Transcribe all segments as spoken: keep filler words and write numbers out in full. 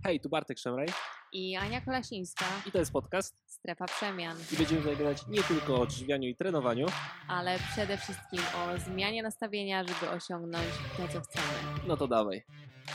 Hej, tu Bartek Szemraj i Ania Kolasińska i to jest podcast Strefa Przemian. I będziemy tutaj gadać nie tylko o odżywianiu i trenowaniu, ale przede wszystkim o zmianie nastawienia, żeby osiągnąć to, co chcemy. No to dawaj.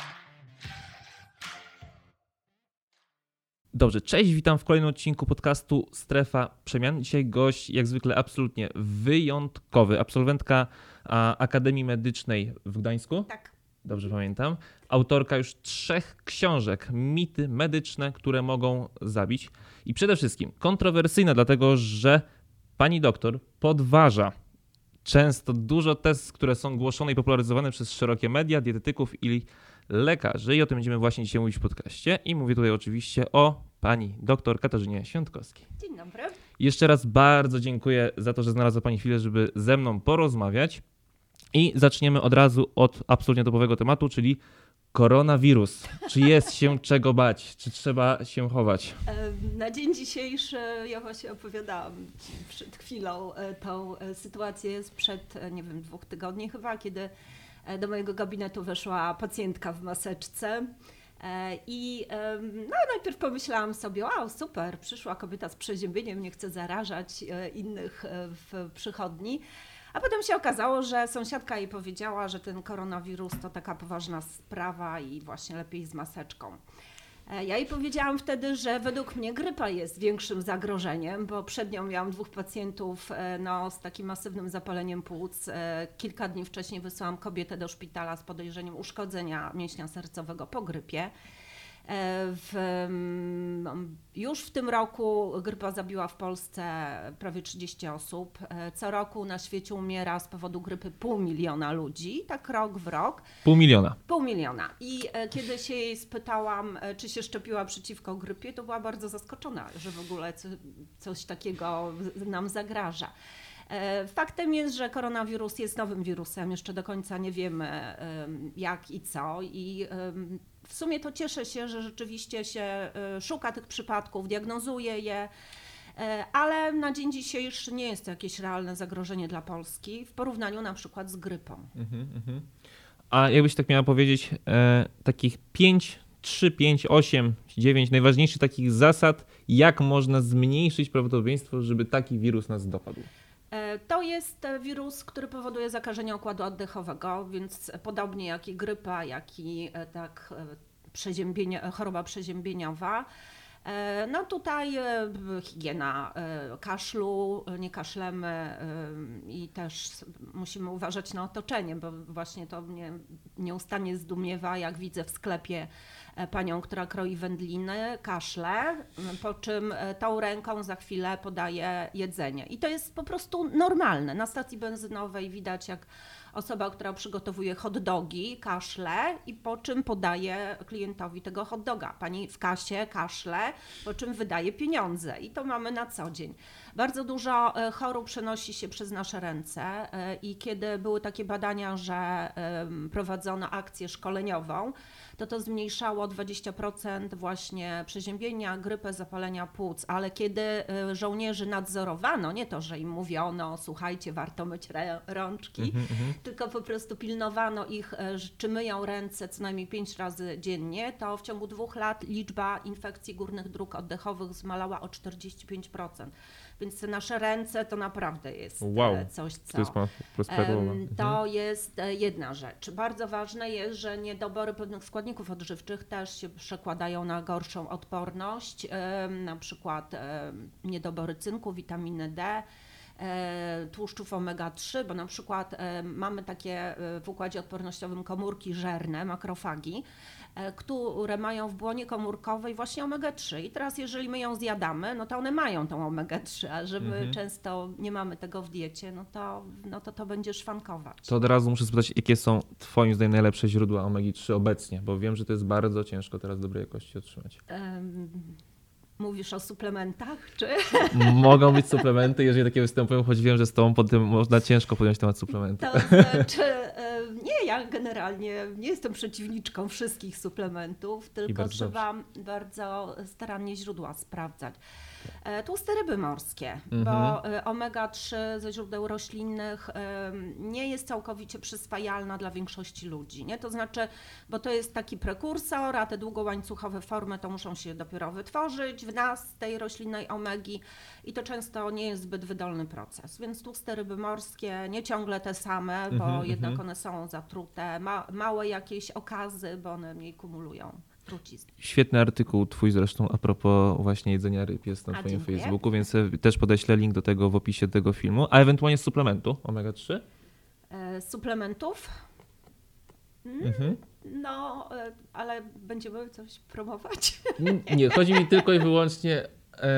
Dobrze, cześć, witam w kolejnym odcinku podcastu Strefa Przemian. Dzisiaj gość jak zwykle absolutnie wyjątkowy, absolwentka Akademii Medycznej w Gdańsku. Tak. Dobrze pamiętam. Autorka już trzech książek, mity medyczne, które mogą zabić. I przede wszystkim kontrowersyjna, dlatego że pani doktor podważa często dużo tez, które są głoszone i popularyzowane przez szerokie media, dietetyków i lekarzy. I o tym będziemy właśnie dzisiaj mówić w podcaście. I mówię tutaj oczywiście o pani doktor Katarzynie Świątkowskiej. Dzień dobry. Jeszcze raz bardzo dziękuję za to, że znalazła pani chwilę, żeby ze mną porozmawiać. I zaczniemy od razu od absolutnie topowego tematu, czyli koronawirus. Czy jest się czego bać? Czy trzeba się chować? Na dzień dzisiejszy ja właśnie opowiadałam Ci przed chwilą tą sytuację sprzed, nie wiem, dwóch tygodni chyba, kiedy do mojego gabinetu weszła pacjentka w maseczce. I no, najpierw pomyślałam sobie, wow, super, przyszła kobieta z przeziębieniem, nie chce zarażać innych w przychodni. A potem się okazało, że sąsiadka jej powiedziała, że ten koronawirus to taka poważna sprawa i właśnie lepiej z maseczką. Ja jej powiedziałam wtedy, że według mnie grypa jest większym zagrożeniem, bo przed nią miałam dwóch pacjentów no, z takim masywnym zapaleniem płuc. Kilka dni wcześniej wysłałam kobietę do szpitala z podejrzeniem uszkodzenia mięśnia sercowego po grypie. W, już w tym roku grypa zabiła w Polsce prawie trzydzieści osób. Co roku na świecie umiera z powodu grypy pół miliona ludzi, tak rok w rok. Pół miliona. Pół miliona. I kiedy się jej spytałam, czy się szczepiła przeciwko grypie, to była bardzo zaskoczona, że w ogóle coś takiego nam zagraża. Faktem jest, że koronawirus jest nowym wirusem, jeszcze do końca nie wiemy jak i co. I w sumie to cieszę się, że rzeczywiście się szuka tych przypadków, diagnozuje je, ale na dzień dzisiejszy nie jest to jakieś realne zagrożenie dla Polski w porównaniu na przykład z grypą. Mhm, mhm. A jakbyś tak miała powiedzieć, e, takich pięć, trzy, pięć, osiem, dziewięć najważniejszych takich zasad, jak można zmniejszyć prawdopodobieństwo, żeby taki wirus nas dopadł? To jest wirus, który powoduje zakażenie układu oddechowego, więc podobnie jak i grypa, jak i tak przeziębienie, choroba przeziębieniowa. No tutaj higiena kaszlu, nie kaszlemy i też musimy uważać na otoczenie, bo właśnie to mnie nieustannie zdumiewa, jak widzę w sklepie panią, która kroi wędliny, kaszle, po czym tą ręką za chwilę podaje jedzenie. I to jest po prostu normalne. Na stacji benzynowej widać, jak osoba, która przygotowuje hot dogi, kaszle i po czym podaje klientowi tego hot doga. Pani w kasie kaszle, po czym wydaje pieniądze i to mamy na co dzień. Bardzo dużo chorób przenosi się przez nasze ręce i kiedy były takie badania, że prowadzono akcję szkoleniową, to to zmniejszało o dwadzieścia procent właśnie przeziębienia, grypę, zapalenia płuc, ale kiedy żołnierzy nadzorowano, nie to, że im mówiono, słuchajcie, warto myć rączki, mm-hmm. tylko po prostu pilnowano ich, czy myją ręce co najmniej pięć razy dziennie, to w ciągu dwóch lat liczba infekcji górnych dróg oddechowych zmalała o czterdzieści pięć procent. Więc te nasze ręce to naprawdę jest wow. coś, co... To jest, um, to jest jedna rzecz. Bardzo ważne jest, że niedobory pewnych składników odżywczych też się przekładają na gorszą odporność, um, na przykład um, niedobory cynku, witaminy D, tłuszczów omega trzy, bo na przykład mamy takie w układzie odpornościowym komórki żerne, makrofagi, które mają w błonie komórkowej właśnie omega trzy. I teraz jeżeli my ją zjadamy, no to one mają tą omega trzy, a że my mhm. często nie mamy tego w diecie, no to, no to to będzie szwankować. To od razu muszę spytać, jakie są twoim zdaniem najlepsze źródła omegi trzy obecnie, bo wiem, że to jest bardzo ciężko teraz dobrej jakości otrzymać. Um... Mówisz o suplementach, czy? Mogą być suplementy, jeżeli takie występują, choć wiem, że z tobą potem można ciężko podjąć temat suplementów. To znaczy, nie, ja generalnie nie jestem przeciwniczką wszystkich suplementów, tylko bardzo trzeba dobrze. bardzo starannie źródła sprawdzać. E, Tłuste ryby morskie, Mhm. bo e, omega trzy ze źródeł roślinnych e, nie jest całkowicie przyswajalna dla większości ludzi, nie? To znaczy, bo to jest taki prekursor, a te długołańcuchowe formy to muszą się dopiero wytworzyć w nas, tej roślinnej omegi i to często nie jest zbyt wydolny proces, więc tłuste ryby morskie, nie ciągle te same, bo Mhm, jednak mhm. one są zatrute, ma, małe jakieś okazy, bo one mniej kumulują trucizny. Świetny artykuł twój zresztą a propos właśnie jedzenia ryb jest na A, twoim dziękuję. Facebooku, więc e, też podeślę link do tego w opisie tego filmu, a ewentualnie z suplementu omega trzy. E, suplementów? Mm, Mhm. No, e, ale będziemy coś promować. N- Nie, chodzi mi tylko i wyłącznie.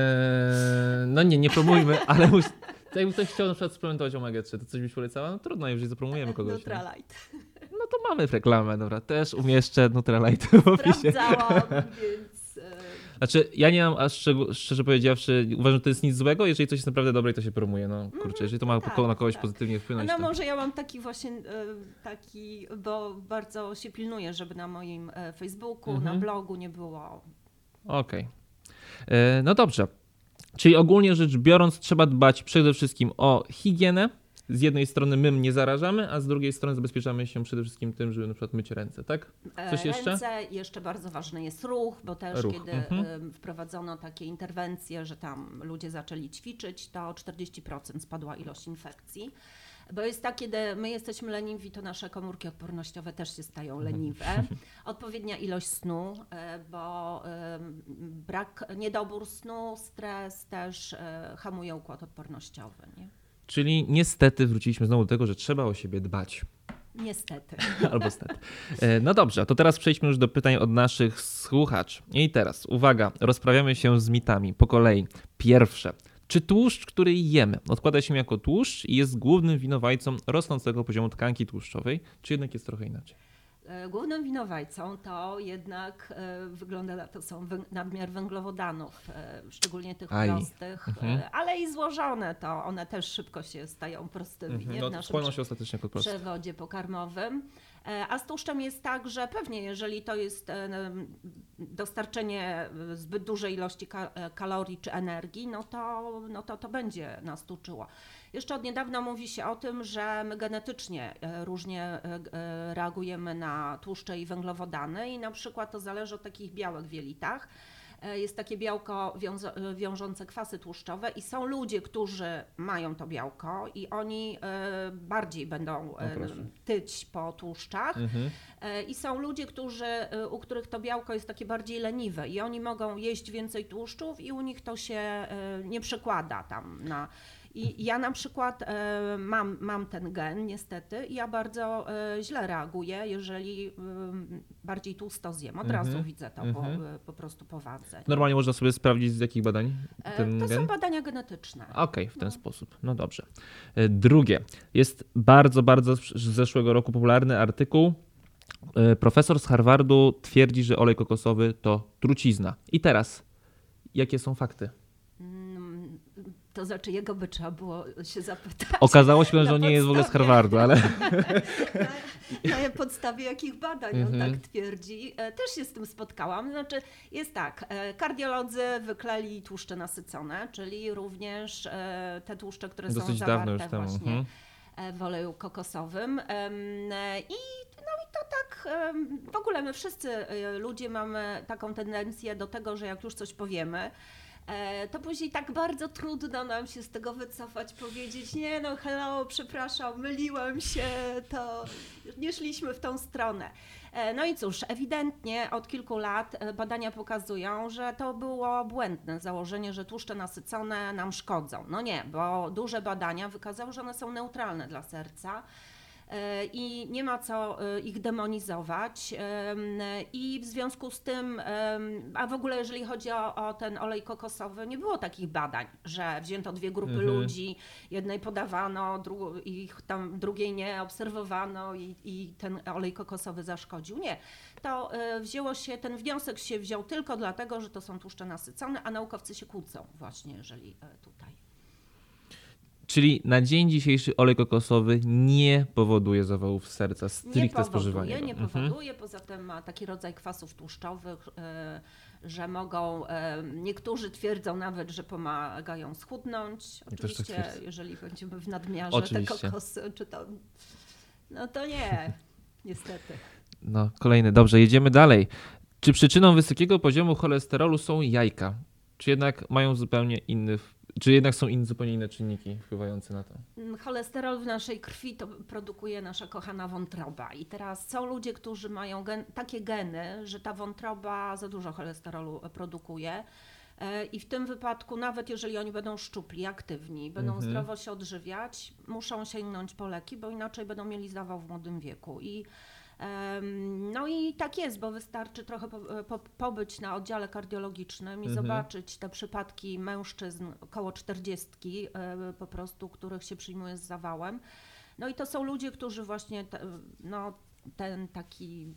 E, no nie, nie promujmy, ale mus, to jakby ktoś chciał na przykład suplementować omega trzy, to coś byś polecała? No trudno, jeżeli zapromujemy kogoś. Nutralite. No to mamy reklamę, dobra. Też umieszczę Nutrilite w opisie. Sprawdzałam, więc... e, Znaczy, ja nie mam, aż szczeg- szczerze powiedziawszy, uważam, że to jest nic złego. Jeżeli coś jest naprawdę dobre, to się promuje. No kurczę, jeżeli to ma tak, ko- na kogoś tak. pozytywnie wpłynąć, No to... może ja mam taki właśnie, e, taki, bo bardzo się pilnuję, żeby na moim e, Facebooku, Mhm. na blogu nie było... Okej. E, No dobrze. Czyli ogólnie rzecz biorąc, trzeba dbać przede wszystkim o higienę. Z jednej strony my nie zarażamy, a z drugiej strony zabezpieczamy się przede wszystkim tym, żeby na przykład myć ręce, tak? E, Coś jeszcze? Ręce, jeszcze bardzo ważny jest ruch, bo też Ruch, kiedy mhm. em, wprowadzono takie interwencje, że tam ludzie zaczęli ćwiczyć, to o czterdzieści procent spadła ilość infekcji. Bo jest tak, kiedy my jesteśmy leniwi, to nasze komórki odpornościowe też się stają leniwe. Odpowiednia ilość snu, e, bo em, brak, niedobór snu, stres też e, hamuje układ odpornościowy. Nie? Czyli niestety wróciliśmy znowu do tego, że trzeba o siebie dbać. Niestety. Albo stety. E, No dobrze, to teraz przejdźmy już do pytań od naszych słuchaczy. I teraz, uwaga, rozprawiamy się z mitami po kolei. Pierwsze. Czy tłuszcz, który jemy, odkłada się jako tłuszcz i jest głównym winowajcą rosnącego poziomu tkanki tłuszczowej, czy jednak jest trochę inaczej? E, Głównym winowajcą to jednak e, wygląda na to są wę- nadmiar węglowodanów, e, szczególnie tych Aj. prostych, Mhm. e, ale i złożone, to one też szybko się stają prostymi nie? w No, naszym wchłoną się ostatecznie jako proste. przewodzie pokarmowym. E, A z tłuszczem jest tak, że pewnie jeżeli to jest e, n- dostarczenie e, zbyt dużej ilości ka- e, kalorii czy energii, no to, no to to będzie nas tuczyło. Jeszcze od niedawna mówi się o tym, że my genetycznie e, różnie e, g- e, reagujemy na tłuszcze i węglowodany i na przykład to zależy od takich białek w jelitach. E, Jest takie białko wiąza- e, wiążące kwasy tłuszczowe i są ludzie, którzy mają to białko i oni e, bardziej będą e, O, proszę. tyć po tłuszczach. Mhm. E, I są ludzie, którzy, e, u których to białko jest takie bardziej leniwe i oni mogą jeść więcej tłuszczów i u nich to się e, nie przekłada tam na... I ja na przykład e, mam, mam ten gen niestety i ja bardzo e, źle reaguję, jeżeli e, bardziej tłusto zjem. Od Mhm. razu widzę to Mhm. po, po prostu po wadze. Normalnie można sobie sprawdzić, z jakich badań E, ten To gen? są badania genetyczne. Okej, w ten No. sposób. No dobrze. E, Drugie. Jest bardzo, bardzo z z zeszłego roku popularny artykuł. E, Profesor z Harvardu twierdzi, że olej kokosowy to trucizna. I teraz, jakie są fakty? Mm, To znaczy jego by trzeba było się zapytać. Okazało się, że Na on nie jest w ogóle z podstawie- Harvardu, ale... Na, na podstawie jakich badań on Mhm. tak twierdzi. E, Też się z tym spotkałam. Znaczy jest tak, e, kardiolodzy wykleli tłuszcze nasycone, czyli również e, te tłuszcze, które są Dosyć zawarte dawno już temu. właśnie Mhm. e, w oleju kokosowym. Em, e, I, no i to tak, em, w ogóle my wszyscy e, ludzie mamy taką tendencję do tego, że jak już coś powiemy, e, to później tak bardzo trudno nam się z tego wycofać, powiedzieć nie no hello, przepraszam, myliłem się, to nie szliśmy w tą stronę. E, No i cóż, ewidentnie od kilku lat e, badania pokazują, że to było błędne założenie, że tłuszcze nasycone nam szkodzą. No nie, bo duże badania wykazały, że one są neutralne dla serca. E, I nie ma co e, ich demonizować. Em, I w związku z tym, em, a w ogóle jeżeli chodzi o, o ten olej kokosowy, nie było takich badań, że wzięto dwie grupy Mhm. ludzi, jednej podawano, dru- ich tam drugiej nie obserwowano i, i ten olej kokosowy zaszkodził. Nie. To e, wzięło się, ten wniosek się wziął tylko dlatego, że to są tłuszcze nasycone, a naukowcy się kłócą właśnie, jeżeli e, tutaj. Czyli na dzień dzisiejszy olej kokosowy nie powoduje zawałów serca, Nie stricte spożywanie powoduje, go. nie Mhm. powoduje, poza tym ma taki rodzaj kwasów tłuszczowych, e, że mogą, e, niektórzy twierdzą nawet, że pomagają schudnąć. tak Oczywiście, twierdzę. jeżeli będziemy w nadmiarze Oczywiście. te kokosy, czy to, no to nie, niestety. No, kolejny. Dobrze, jedziemy dalej. Czy przyczyną wysokiego poziomu cholesterolu są jajka? Czy jednak mają zupełnie inny, czy jednak są inne, zupełnie inne czynniki wpływające na to? Cholesterol w naszej krwi to produkuje nasza kochana wątroba. I teraz są ludzie, którzy mają gen, takie geny, że ta wątroba za dużo cholesterolu produkuje. E, I w tym wypadku, nawet jeżeli oni będą szczupli, aktywni, będą Mhm. zdrowo się odżywiać, muszą sięgnąć po leki, bo inaczej będą mieli zawał w młodym wieku. I em, no i tak jest, bo wystarczy trochę po, po, pobyć na oddziale kardiologicznym i Mhm. zobaczyć te przypadki mężczyzn około czterdziestki e, po prostu, których się przyjmuje z zawałem. No i to są ludzie, którzy właśnie te, no, ten taki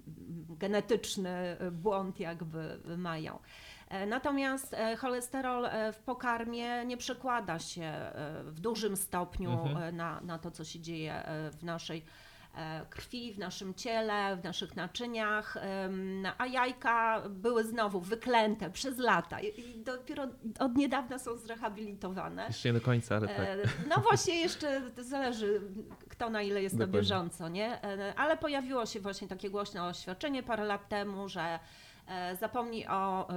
genetyczny błąd jakby mają. E, Natomiast e, cholesterol e, w pokarmie nie przekłada się e, w dużym stopniu Mhm. e, na, na to, co się dzieje e, w naszej e, krwi, w naszym ciele, w naszych naczyniach, em, a jajka były znowu wyklęte przez lata i i dopiero od niedawna są zrehabilitowane. Jeszcze nie do końca, ale tak. E, No właśnie, jeszcze to zależy, kto na ile jest na Dokładnie. bieżąco, nie? E, Ale pojawiło się właśnie takie głośne oświadczenie parę lat temu, że e, zapomnij o, e,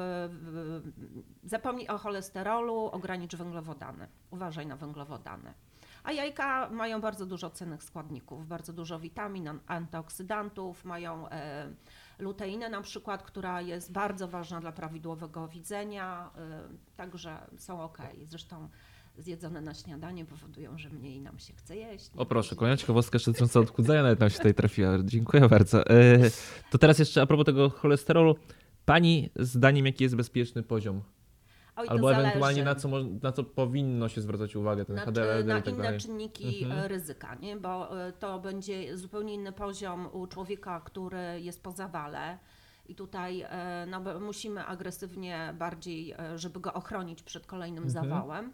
w- zapomnij o cholesterolu, ogranicz węglowodany. Uważaj na węglowodany. A jajka mają bardzo dużo cennych składników, bardzo dużo witamin, an- antyoksydantów, mają e, luteinę na przykład, która jest bardzo ważna dla prawidłowego widzenia, e, także są ok. Zresztą zjedzone na śniadanie powodują, że mniej nam się chce jeść. O proszę, kolejna ciekawostka jeszcze dotycząca odchudzania nawet nam się tutaj trafiła. Dziękuję bardzo. E, To teraz jeszcze a propos tego cholesterolu. Pani zdaniem jaki jest bezpieczny poziom? Oj, to Albo zależy. ewentualnie na co, mo- na co powinno się zwracać uwagę, ten Znaczy, H D L, na i tak inne dalej. czynniki Mhm. e, ryzyka, nie? Bo e, to będzie zupełnie inny poziom u człowieka, który jest po zawale. I tutaj e, no, bo musimy agresywnie bardziej, e, żeby go ochronić przed kolejnym Mhm. zawałem.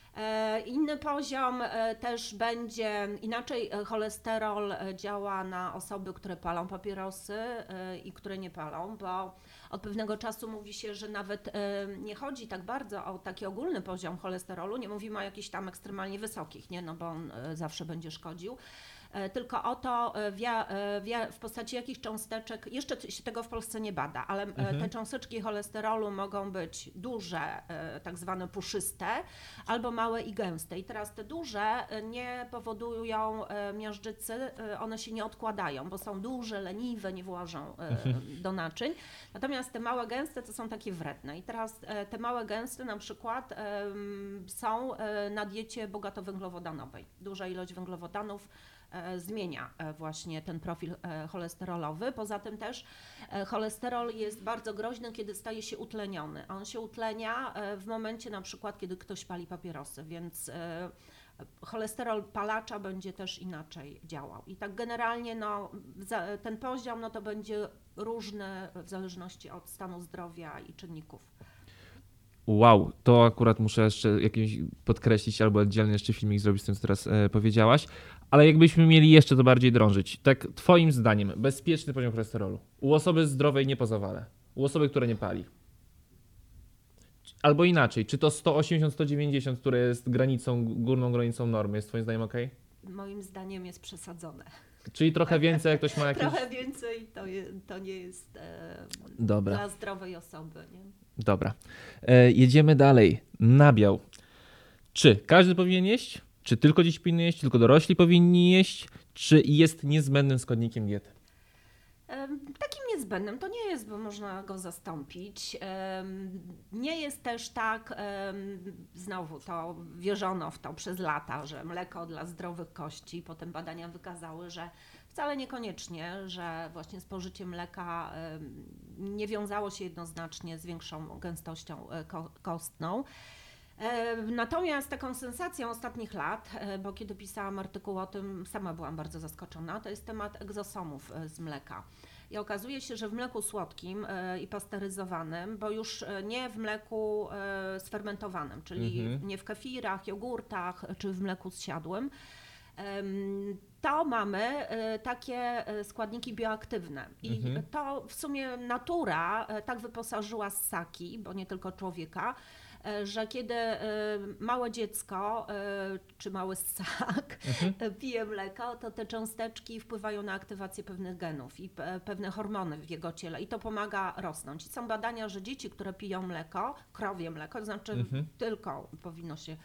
E, Inny poziom e, też będzie, inaczej e, cholesterol e, działa na osoby, które palą papierosy e, i które nie palą, bo od pewnego czasu mówi się, że nawet e, nie chodzi tak bardzo o taki ogólny poziom cholesterolu, nie mówimy o jakichś tam ekstremalnie wysokich, nie, no bo on e, zawsze będzie szkodził, e, tylko o to e, w, ja- e, w, ja- w postaci jakich cząsteczek, jeszcze t- się tego w Polsce nie bada, ale e, Mhm. te cząsteczki cholesterolu mogą być duże, e, tak zwane puszyste, albo małe i gęste. I teraz te duże e, nie powodują e, miażdżycy, e, one się nie odkładają, bo są duże, leniwe, nie włażą e, do naczyń. Natomiast te małe gęste to są takie wredne. I teraz e, te małe gęste na przykład em, są e, na diecie bogatowęglowodanowej. Duża ilość węglowodanów e, zmienia e, właśnie ten profil e, cholesterolowy. Poza tym też e, cholesterol jest bardzo groźny, kiedy staje się utleniony. On się utlenia e, w momencie na przykład, kiedy ktoś pali papierosy, więc e, cholesterol palacza będzie też inaczej działał. I tak generalnie no, za- ten poziom no, to będzie różny w zależności od stanu zdrowia i czynników. Wow, to akurat muszę jeszcze jakiś podkreślić albo oddzielny jeszcze filmik zrobić z tym, co teraz e, powiedziałaś. Ale jakbyśmy mieli jeszcze to bardziej drążyć, tak twoim zdaniem bezpieczny poziom cholesterolu u osoby zdrowej nie po zawale, u osoby, która nie pali. Albo inaczej, czy to sto osiemdziesiąt sto dziewięćdziesiąt, które jest granicą, górną granicą normy, jest twoim zdaniem ok? Moim zdaniem jest przesadzone. Czyli trochę więcej, jak ktoś ma jakieś... Trochę więcej to, je, to nie jest e, Dobra. dla zdrowej osoby. Nie? Dobra. E, jedziemy dalej. Nabiał. Czy każdy powinien jeść? Czy tylko dzieci powinny jeść? Tylko dorośli powinni jeść? Czy jest niezbędnym składnikiem diety? Em, Takim niezbędnym to nie jest, bo można go zastąpić. Em, Nie jest też tak, em, znowu to wierzono w to przez lata, że mleko dla zdrowych kości. Potem badania wykazały, że wcale niekoniecznie, że właśnie spożycie mleka em, nie wiązało się jednoznacznie z większą gęstością e, ko- kostną. E, Natomiast taką sensacją ostatnich lat, e, bo kiedy pisałam artykuł o tym, sama byłam bardzo zaskoczona, to jest temat egzosomów e, z mleka. I okazuje się, że w mleku słodkim e, i pasteryzowanym, bo już e, nie w mleku e, sfermentowanym, czyli Mhm. nie w kefirach, jogurtach czy w mleku zsiadłym, em, to mamy e, takie e, składniki bioaktywne. I Mhm. to w sumie natura e, tak wyposażyła ssaki, bo nie tylko człowieka, e, że kiedy e, małe dziecko e, czy mały ssak Mhm. pije mleko, to te cząsteczki wpływają na aktywację pewnych genów i pe- pewne hormony w jego ciele i to pomaga rosnąć. I są badania, że dzieci, które piją mleko, krowie mleko, to znaczy Mhm. tylko powinno się,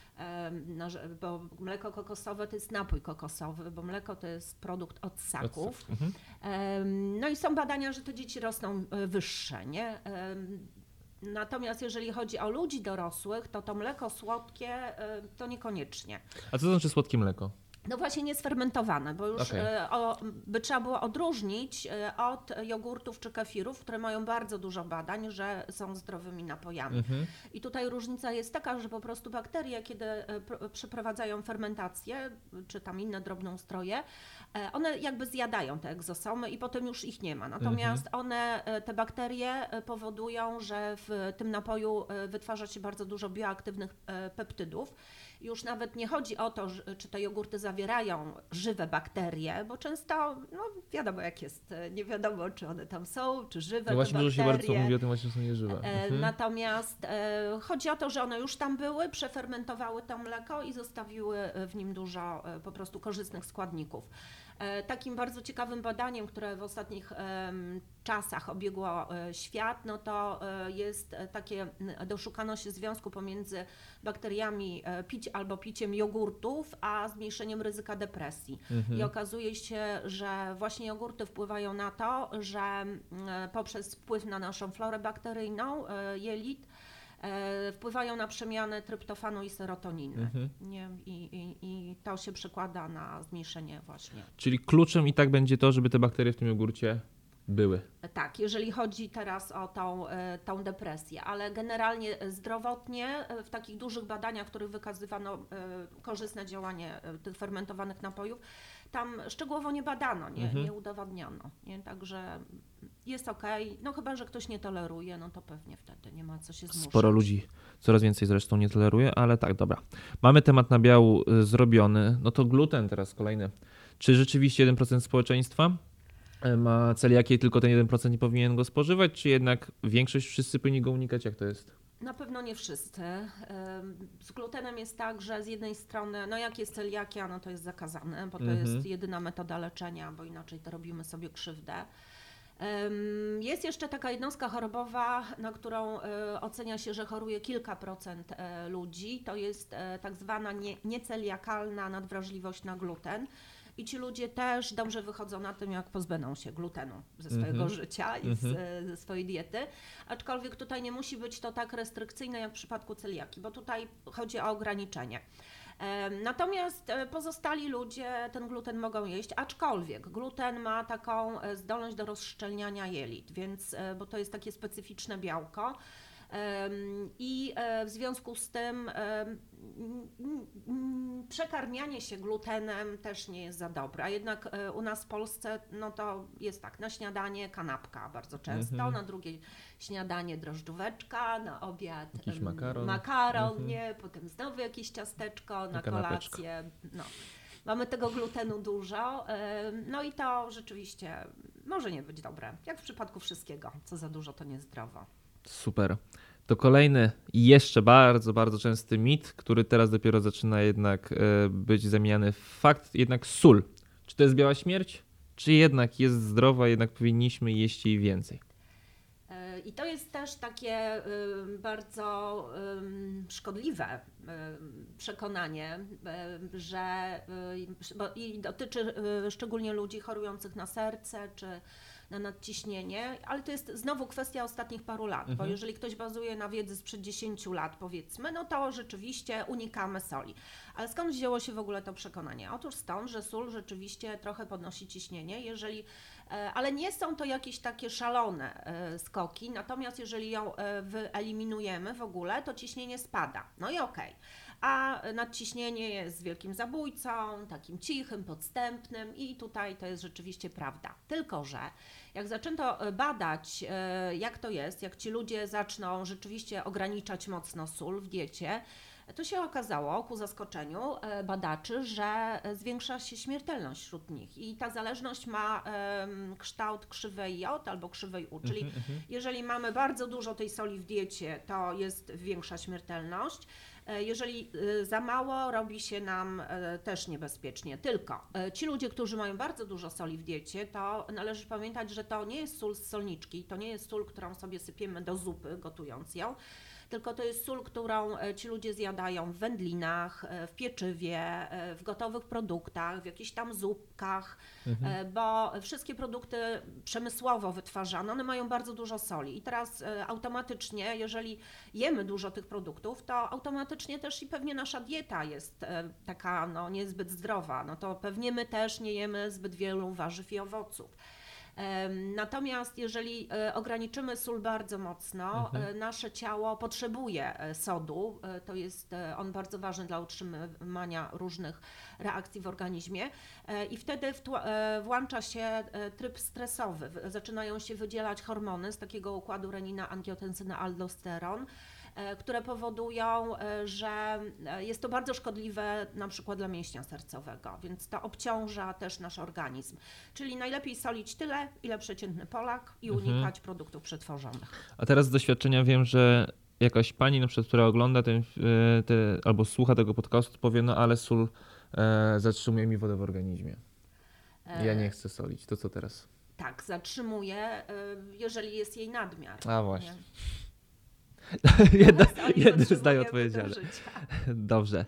em, naże- bo mleko kokosowe to jest napój kokosowy, bo mleko to jest produkt od ssaków. Mhm. Em, No i są badania, że te dzieci rosną e, wyższe, nie? Em, Natomiast jeżeli chodzi o ludzi dorosłych, to to mleko słodkie e, to niekoniecznie. A co to znaczy słodkie mleko? No właśnie niesfermentowane, bo już Okej. e, o, by trzeba było odróżnić e, od jogurtów czy kefirów, które mają bardzo dużo badań, że są zdrowymi napojami. Mhm. I tutaj różnica jest taka, że po prostu bakterie, kiedy e, pr- przeprowadzają fermentację, czy tam inne drobnoustroje, e, one jakby zjadają te egzosomy i potem już ich nie ma. Natomiast one, e, te bakterie e, powodują, że w tym napoju e, wytwarza się bardzo dużo bioaktywnych e, peptydów. Już nawet nie chodzi o to, że- czy te jogurty zawierają żywe bakterie, bo często, no wiadomo jak jest, e, nie wiadomo czy one tam są, czy żywe No te właśnie dużo się bardzo bakterie. mówi o tym właśnie, że są nieżywe. E, Mhm. Natomiast e, chodzi o to, że one już tam były, przefermentowały to mleko i zostawiły e, w nim dużo e, po prostu korzystnych składników. E, Takim bardzo ciekawym badaniem, które w ostatnich em, czasach obiegło e, świat, no to e, jest e, takie, m, doszukano się związku pomiędzy bakteriami e, pić albo piciem jogurtów, a zmniejszeniem ryzyka depresji. Mhm. I okazuje się, że właśnie jogurty wpływają na to, że mm, poprzez wpływ na naszą florę bakteryjną e, jelit e, wpływają na przemianę tryptofanu i serotoniny. Mhm. Nie? I, i, I to się przekłada na zmniejszenie właśnie. Czyli kluczem i tak będzie to, żeby te bakterie w tym jogurcie były. Tak, jeżeli chodzi teraz o tą, e, tą depresję, ale generalnie zdrowotnie e, w takich dużych badaniach, w których wykazywano e, korzystne działanie e, tych fermentowanych napojów, tam szczegółowo nie badano, nie, Mhm. nie udowodniono. Nie? Także jest okej, no chyba, że ktoś nie toleruje, no to pewnie wtedy nie ma co się zmuszać. Sporo ludzi, coraz więcej zresztą nie toleruje, ale tak, dobra. Mamy temat nabiału y, zrobiony, no to gluten teraz kolejny. Czy rzeczywiście jeden procent społeczeństwa y, ma celiakię i tylko ten jeden procent nie powinien go spożywać, czy jednak większość, wszyscy powinni go unikać? Jak to jest? Na pewno nie wszyscy. Ym, Z glutenem jest tak, że z jednej strony, no jak jest celiakia, no to jest zakazane, bo to Mhm. jest jedyna metoda leczenia, bo inaczej to robimy sobie krzywdę. Ym, Jest jeszcze taka jednostka chorobowa, na którą y, ocenia się, że choruje kilka procent e, ludzi. To jest e, tak zwana nie, nieceliakalna nadwrażliwość na gluten. I ci ludzie też dobrze wychodzą na tym, jak pozbędą się glutenu ze swojego Mhm. życia i Mhm. z, e, ze swojej diety. Aczkolwiek tutaj nie musi być to tak restrykcyjne jak w przypadku celiaki, bo tutaj chodzi o ograniczenie. Em, Natomiast e, pozostali ludzie ten gluten mogą jeść, aczkolwiek gluten ma taką e, zdolność do rozszczelniania jelit, więc, e, bo to jest takie specyficzne białko. Em, I e, w związku z tym em, m, m, przekarmianie się glutenem też nie jest za dobre. A jednak e, u nas w Polsce no to jest tak, na śniadanie kanapka bardzo często, Mhm. na drugie śniadanie drożdżóweczka, na obiad Jakiś em, makaron. makaron Mhm. nie, potem znowu jakieś ciasteczko, na kanapeczka. kolację. No. Mamy tego glutenu dużo, em, no i to rzeczywiście może nie być dobre, jak w przypadku wszystkiego, co za dużo to niezdrowo. Super. To kolejny i jeszcze bardzo, bardzo częsty mit, który teraz dopiero zaczyna jednak e, być zamieniany w fakt, jednak sól. Czy to jest biała śmierć? Czy jednak jest zdrowa, jednak powinniśmy jeść jej więcej? E, I to jest też takie y, bardzo ym, szkodliwe y, przekonanie, y, że y, bo, i dotyczy y, szczególnie ludzi chorujących na serce czy na nadciśnienie, ale to jest znowu kwestia ostatnich paru lat, bo Mhm. jeżeli ktoś bazuje na wiedzy sprzed dziesięciu lat powiedzmy, no to rzeczywiście unikamy soli. Ale skąd wzięło się w ogóle to przekonanie? Otóż stąd, że sól rzeczywiście trochę podnosi ciśnienie, jeżeli E, ale nie są to jakieś takie szalone e, skoki, natomiast jeżeli ją e, wyeliminujemy w ogóle, to ciśnienie spada. No i okej. a nadciśnienie jest wielkim zabójcą, takim cichym, podstępnym i tutaj to jest rzeczywiście prawda. Tylko że jak zaczęto badać, jak to jest, jak ci ludzie zaczną rzeczywiście ograniczać mocno sól w diecie, to się okazało, ku zaskoczeniu badaczy, że zwiększa się śmiertelność wśród nich i ta zależność ma um, kształt krzywej J albo krzywej U, czyli Mhm, mhm. jeżeli mamy bardzo dużo tej soli w diecie, to jest większa śmiertelność. Jeżeli za mało, robi się nam też niebezpiecznie. Tylko ci ludzie, którzy mają bardzo dużo soli w diecie, to należy pamiętać, że to nie jest sól z solniczki, to nie jest sól, którą sobie sypiemy do zupy, gotując ją, tylko to jest sól, którą ci ludzie zjadają w wędlinach, w pieczywie, w gotowych produktach, w jakichś tam zupkach, mhm. bo wszystkie produkty przemysłowo wytwarzane, one mają bardzo dużo soli i teraz automatycznie, jeżeli jemy dużo tych produktów, to automatycznie też i pewnie nasza dieta jest taka no, niezbyt zdrowa, no to pewnie my też nie jemy zbyt wielu warzyw i owoców. Natomiast jeżeli ograniczymy sól bardzo mocno, mhm. nasze ciało potrzebuje sodu, to jest on bardzo ważny dla utrzymywania różnych reakcji w organizmie i wtedy włącza się tryb stresowy, zaczynają się wydzielać hormony z takiego układu renina, angiotensyna, aldosteron, które powodują, że jest to bardzo szkodliwe na przykład dla mięśnia sercowego, więc to obciąża też nasz organizm. Czyli najlepiej solić tyle, ile przeciętny Polak i unikać mhm. produktów przetworzonych. A teraz z doświadczenia wiem, że jakaś pani, na przykład, która ogląda ten, te, albo słucha tego podcastu, powie, no ale sól e, zatrzymuje mi wodę w organizmie. Ja nie chcę solić. To co teraz? Tak, zatrzymuje, jeżeli jest jej nadmiar. A właśnie. Nie? Jedna, jedno zdaje odpowiedziane. Dobrze.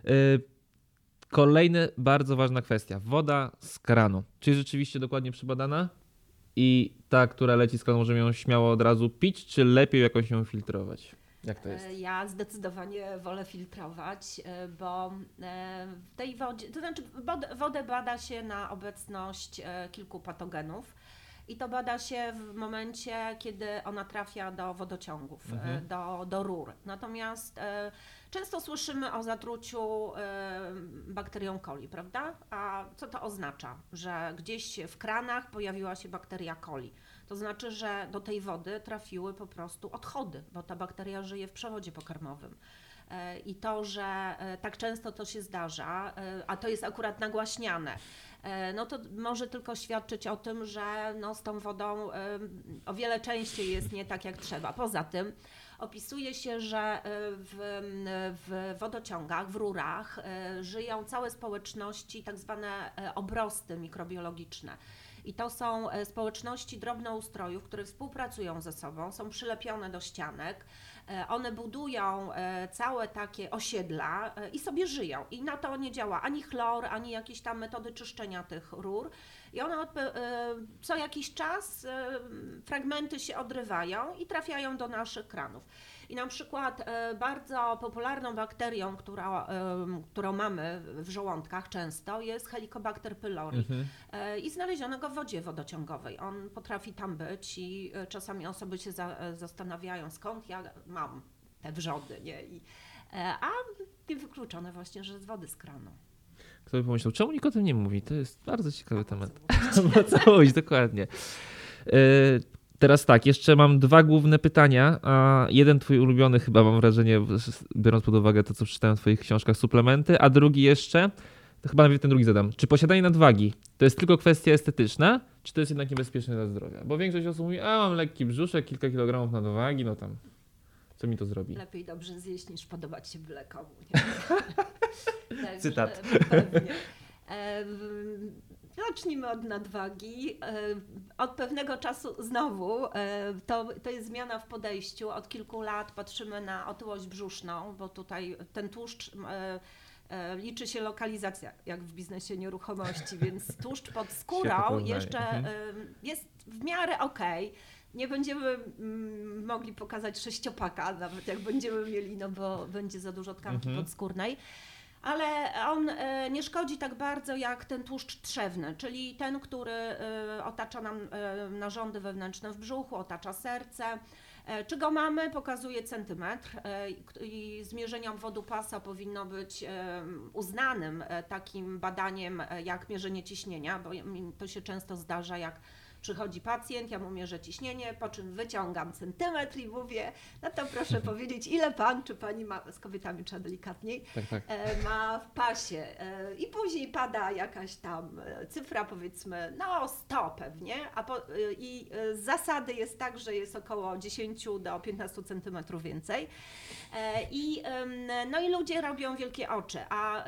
Kolejna bardzo ważna kwestia. Woda z kranu. Czy jest rzeczywiście dokładnie przebadana? I ta, która leci z kranu, możemy ją śmiało od razu pić, czy lepiej jakoś ją filtrować? Jak to jest? Ja zdecydowanie wolę filtrować, bo w tej wodzie, to znaczy wodę bada się na obecność kilku patogenów. I to bada się w momencie, kiedy ona trafia do wodociągów, mhm. do, do rur. Natomiast e, często słyszymy o zatruciu e, bakterią coli, prawda? A co to oznacza? Że gdzieś w kranach pojawiła się bakteria coli. To znaczy, że do tej wody trafiły po prostu odchody, bo ta bakteria żyje w przewodzie pokarmowym. I to, że tak często to się zdarza, a to jest akurat nagłaśniane, no to może tylko świadczyć o tym, że no z tą wodą o wiele częściej jest nie tak jak trzeba. Poza tym opisuje się, że w, w wodociągach, w rurach żyją całe społeczności, tak zwane obrosty mikrobiologiczne. I to są społeczności drobnoustrojów, które współpracują ze sobą, są przylepione do ścianek. One budują całe takie osiedla i sobie żyją. I na to nie działa ani chlor, ani jakieś tam metody czyszczenia tych rur. I one co jakiś czas fragmenty się odrywają i trafiają do naszych kranów. I na przykład bardzo popularną bakterią, która, którą mamy w żołądkach często, jest Helicobacter pylori. Mhm. I znaleziono go w wodzie wodociągowej. On potrafi tam być i czasami osoby się za, zastanawiają, skąd ja mam te wrzody, nie? I, a wykluczone właśnie, że z wody z kranu. Kto by pomyślał, czemu nikt o tym nie mówi? To jest bardzo ciekawy temat. Po co mówić, dokładnie. Y- Teraz tak, jeszcze mam dwa główne pytania, a jeden twój ulubiony chyba, mam wrażenie, biorąc pod uwagę to, co przeczytałem w twoich książkach, suplementy, a drugi jeszcze, to chyba nawet ten drugi zadam. Czy posiadanie nadwagi to jest tylko kwestia estetyczna, czy to jest jednak niebezpieczne dla zdrowia? Bo większość osób mówi, a mam lekki brzuszek, kilka kilogramów nadwagi, no tam, co mi to zrobi? Lepiej dobrze zjeść, niż podobać się byle komu. Cytat. Pewnie. Zacznijmy od nadwagi. Od pewnego czasu znowu to, to jest zmiana w podejściu. Od kilku lat patrzymy na otyłość brzuszną, bo tutaj ten tłuszcz liczy się lokalizacja, jak w biznesie nieruchomości, więc tłuszcz pod skórą jeszcze jest w miarę okej. Nie będziemy mogli pokazać sześciopaka, nawet jak będziemy mieli, no bo będzie za dużo tkanki mhm. podskórnej. ale on e, nie szkodzi tak bardzo jak ten tłuszcz trzewny, czyli ten, który e, otacza nam e, narządy wewnętrzne w brzuchu, otacza serce. E, Czy go mamy? Pokazuje centymetr e, i zmierzenie obwodu pasa powinno być e, uznanym e, takim badaniem e, jak mierzenie ciśnienia, bo mi to się często zdarza, jak przychodzi pacjent, ja mu mierzę ciśnienie, po czym wyciągam centymetr i mówię, no to proszę powiedzieć, ile pan czy pani ma, z kobietami trzeba delikatniej, Tak, tak. e, ma w pasie. E, I później pada jakaś tam e, cyfra, powiedzmy, no sto pewnie, a po, e, i e, z zasady jest tak, że jest około dziesięć do piętnastu centymetrów więcej. E, I, em, no i ludzie robią wielkie oczy, a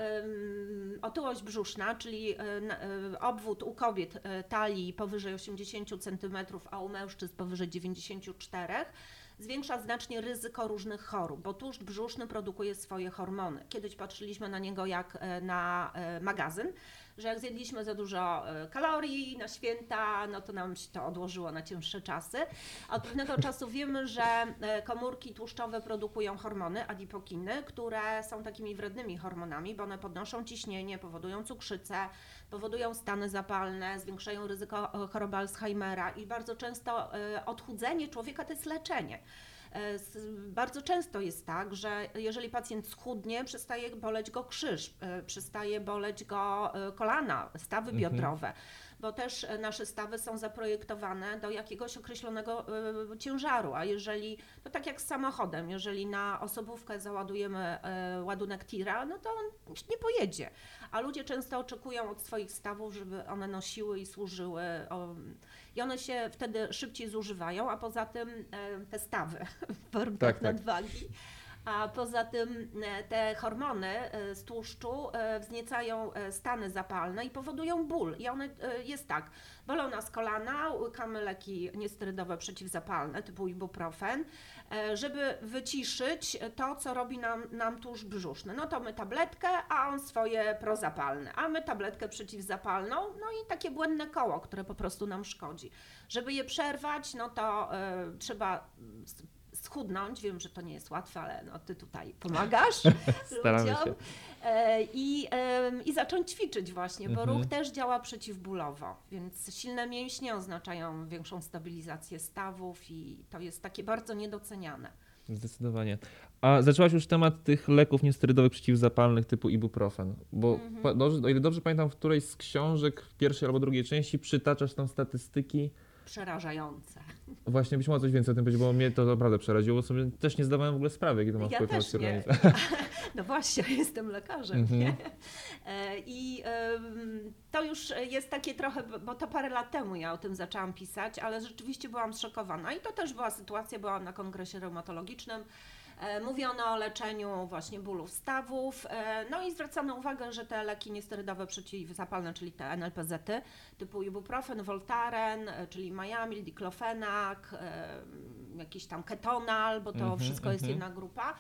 em, otyłość brzuszna, czyli e, na- e, obwód u kobiet e, talii powyżej osiemdziesięciu centymetrów, a u mężczyzn powyżej dziewięćdziesięciu czterech, zwiększa znacznie ryzyko różnych chorób, bo tłuszcz brzuszny produkuje swoje hormony. Kiedyś patrzyliśmy na niego jak e, na e, magazyn, że jak zjedliśmy za dużo e, kalorii na święta, no to nam się to odłożyło na cięższe czasy. A od pewnego czasu wiemy, że e, komórki tłuszczowe produkują hormony, adipokiny, które są takimi wrednymi hormonami, bo one podnoszą ciśnienie, powodują cukrzycę, powodują stany zapalne, zwiększają ryzyko e, choroby Alzheimera i bardzo często e, odchudzenie człowieka to jest leczenie. E, s- Bardzo często jest tak, że jeżeli pacjent schudnie, przestaje boleć go krzyż, e, przestaje boleć go e, kolana, stawy Mhm. biodrowe, bo też e, nasze stawy są zaprojektowane do jakiegoś określonego e, ciężaru, a jeżeli, to tak jak z samochodem, jeżeli na osobówkę załadujemy e, ładunek tira, no to on nie pojedzie, a ludzie często oczekują od swoich stawów, żeby one nosiły i służyły, o, i one się wtedy szybciej zużywają, a poza tym e, te stawy w warunkach Tak, tak. nadwagi. A poza tym e, te hormony e, z tłuszczu e, wzniecają e, stany zapalne i powodują ból. I one e, jest tak, bolą nas kolana, łykamy leki niesterydowe przeciwzapalne typu ibuprofen, e, żeby wyciszyć to, co robi nam, nam tłuszcz brzuszny. No to my tabletkę, a on swoje prozapalne, a my tabletkę przeciwzapalną, no i takie błędne koło, które po prostu nam szkodzi. Żeby je przerwać, no to e, trzeba s- schudnąć. Wiem, że to nie jest łatwe, ale no ty tutaj pomagasz Staramy ludziom. się. E, I, em, I zacząć ćwiczyć właśnie, bo Mhm. ruch też działa przeciwbólowo, więc silne mięśnie oznaczają większą stabilizację stawów i to jest takie bardzo niedoceniane. Zdecydowanie. A zaczęłaś już temat tych leków niesterydowych przeciwzapalnych typu ibuprofen, bo Mhm. pa- dobrze, o ile dobrze pamiętam, w którejś z książek w pierwszej albo drugiej części przytaczasz tam statystyki. Przerażające. Właśnie byś mogła coś więcej o tym powiedzieć, bo mnie to naprawdę przeraziło, bo sobie też nie zdawałem w ogóle sprawy, jaki to ma Ja wpływ na też twój nie. organizm. No właśnie, jestem lekarzem, Mhm. nie? E, I em, to już jest takie trochę, bo to parę lat temu ja o tym zaczęłam pisać, ale rzeczywiście byłam zszokowana i to też była sytuacja, byłam na kongresie reumatologicznym. E, Mówiono o leczeniu właśnie bólów stawów, e, no i zwracano uwagę, że te leki niesterydowe przeciwzapalne, czyli te N L P Z-y typu ibuprofen, Voltaren, e, czyli Maiamil, diklofenak, e, jakiś tam ketonal, bo to Mhm, wszystko jest mhm. jedna grupa.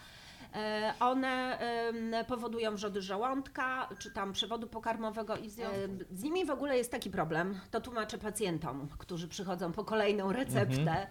E, One em, powodują wrzody żołądka, czy tam przewodu pokarmowego i w związku- em, z nimi w ogóle jest taki problem, to tłumaczę pacjentom, którzy przychodzą po kolejną receptę.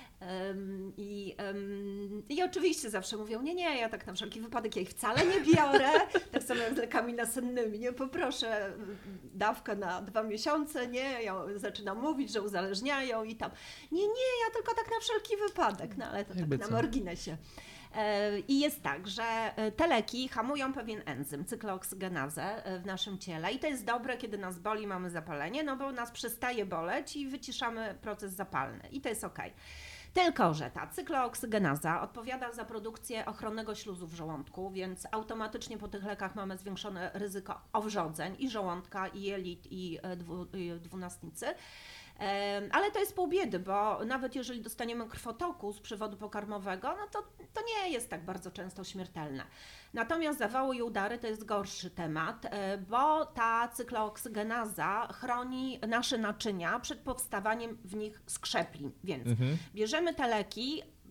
Em, I, em, I oczywiście zawsze mówią, nie, nie, ja tak na wszelki wypadek ja ich wcale nie biorę, tak samo jak z lekami nasennymi, nie, poproszę mm, dawkę na dwa miesiące, nie, ja zaczynam mówić, że uzależniają i tam, nie, nie, ja tylko tak na wszelki wypadek, no ale to Jakby tak co. na marginesie. E, I jest tak, że e, te leki hamują pewien enzym, cykloooksygenazę e, w naszym ciele i to jest dobre, kiedy nas boli, mamy zapalenie, no bo nas przestaje boleć i wyciszamy proces zapalny i to jest okej. Tylko że ta cykloooksygenaza odpowiada za produkcję ochronnego śluzu w żołądku, więc automatycznie po tych lekach mamy zwiększone ryzyko owrzodzeń i żołądka, i jelit, i e, dwu, i dwunastnicy. Em, Ale to jest pół biedy, bo nawet jeżeli dostaniemy krwotoku z przewodu pokarmowego, no to, to nie jest tak bardzo często śmiertelne. Natomiast zawały i udary to jest gorszy temat, e, bo ta cykloooksygenaza chroni nasze naczynia przed powstawaniem w nich skrzeplin. Więc Mhm. bierzemy te leki,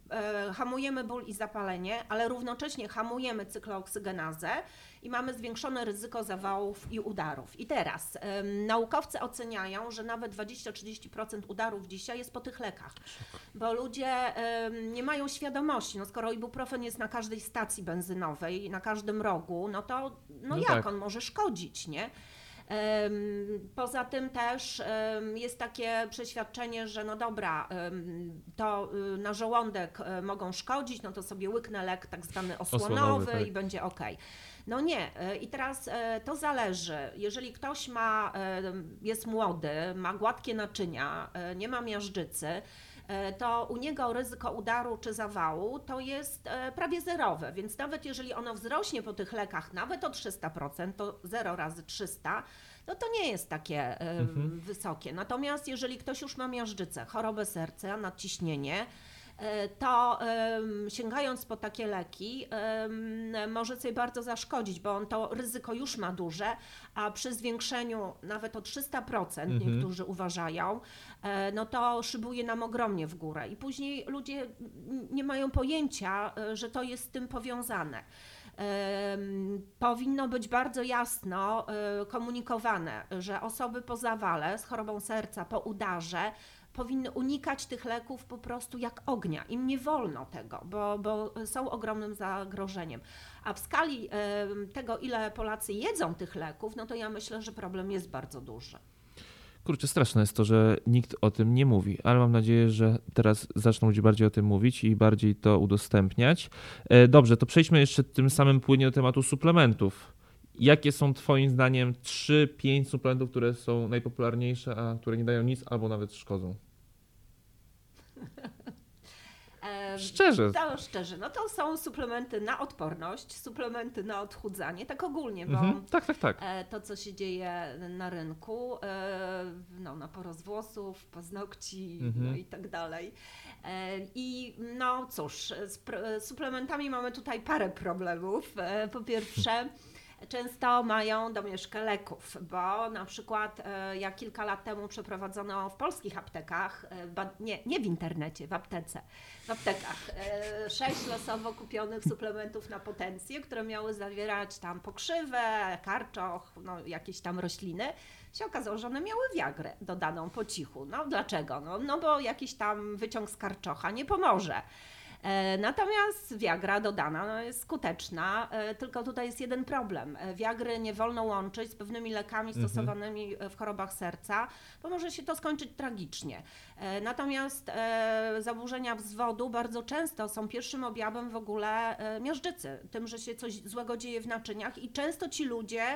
e, hamujemy ból i zapalenie, ale równocześnie hamujemy cykloooksygenazę i mamy zwiększone ryzyko zawałów i udarów. I teraz em, naukowcy oceniają, że nawet dwadzieścia do trzydziestu procent udarów dzisiaj jest po tych lekach, bo ludzie em, nie mają świadomości, no skoro ibuprofen jest na każdej stacji benzynowej, na każdym rogu, no to no No jak tak. on może szkodzić, nie? Em, Poza tym też em, jest takie przeświadczenie, że no dobra, em, to y, na żołądek y, mogą szkodzić, no to sobie łyknę lek tak zwany osłonowy, Osłonowy, tak. i będzie ok. No nie, y, i teraz y, to zależy. Jeżeli ktoś ma, y, jest młody, ma gładkie naczynia, y, nie ma miażdżycy, y, to u niego ryzyko udaru czy zawału to jest y, prawie zerowe, więc nawet jeżeli ono wzrośnie po tych lekach nawet o trzysta procent, to zero razy trzysta, no to nie jest takie y, Mhm. wysokie. Natomiast jeżeli ktoś już ma miażdżycę, chorobę serca, nadciśnienie, y, to ym, sięgając po takie leki ym, może sobie bardzo zaszkodzić, bo on to ryzyko już ma duże, a przy zwiększeniu nawet o trzysta procent, Mhm. niektórzy uważają, e, no to szybuje nam ogromnie w górę i później ludzie n- nie mają pojęcia, e, że to jest z tym powiązane. Em, Powinno być bardzo jasno e, komunikowane, że osoby po zawale z chorobą serca, po udarze powinny unikać tych leków po prostu jak ognia. Im nie wolno tego, bo, bo są ogromnym zagrożeniem. A w skali em, tego, ile Polacy jedzą tych leków, no to ja myślę, że problem jest bardzo duży. Kurczę, straszne jest to, że nikt o tym nie mówi, ale mam nadzieję, że teraz zaczną ludzie bardziej o tym mówić i bardziej to udostępniać. E, Dobrze, to przejdźmy jeszcze tym samym płynnie do tematu suplementów. Jakie są Twoim zdaniem trzy pięć suplementów, które są najpopularniejsze, a które nie dają nic albo nawet szkodzą? Em, Szczerze. To szczerze, no to są suplementy na odporność, suplementy na odchudzanie, tak ogólnie, bo Mhm. Tak, tak, tak. e, to, co się dzieje na rynku, e, no, na porost włosów, paznokci, Mhm. no i tak dalej. E, I no cóż, z pr- suplementami mamy tutaj parę problemów. E, Po pierwsze, często mają domieszkę leków, bo na przykład e, jak kilka lat temu przeprowadzono w polskich aptekach, e, ba- nie, nie w internecie, w aptece, w aptekach, e, sześć losowo kupionych suplementów na potencję, które miały zawierać tam pokrzywę, karczoch, no jakieś tam rośliny, się okazało, że one miały wiagrę dodaną po cichu. No dlaczego? No, no bo jakiś tam wyciąg z karczocha nie pomoże. E, Natomiast Viagra dodana no, jest skuteczna, e, tylko tutaj jest jeden problem. E, Viagry nie wolno łączyć z pewnymi lekami Mhm. stosowanymi w chorobach serca, bo może się to skończyć tragicznie. E, Natomiast e, zaburzenia wzwodu bardzo często są pierwszym objawem w ogóle e, miażdżycy, tym, że się coś złego dzieje w naczyniach i często ci ludzie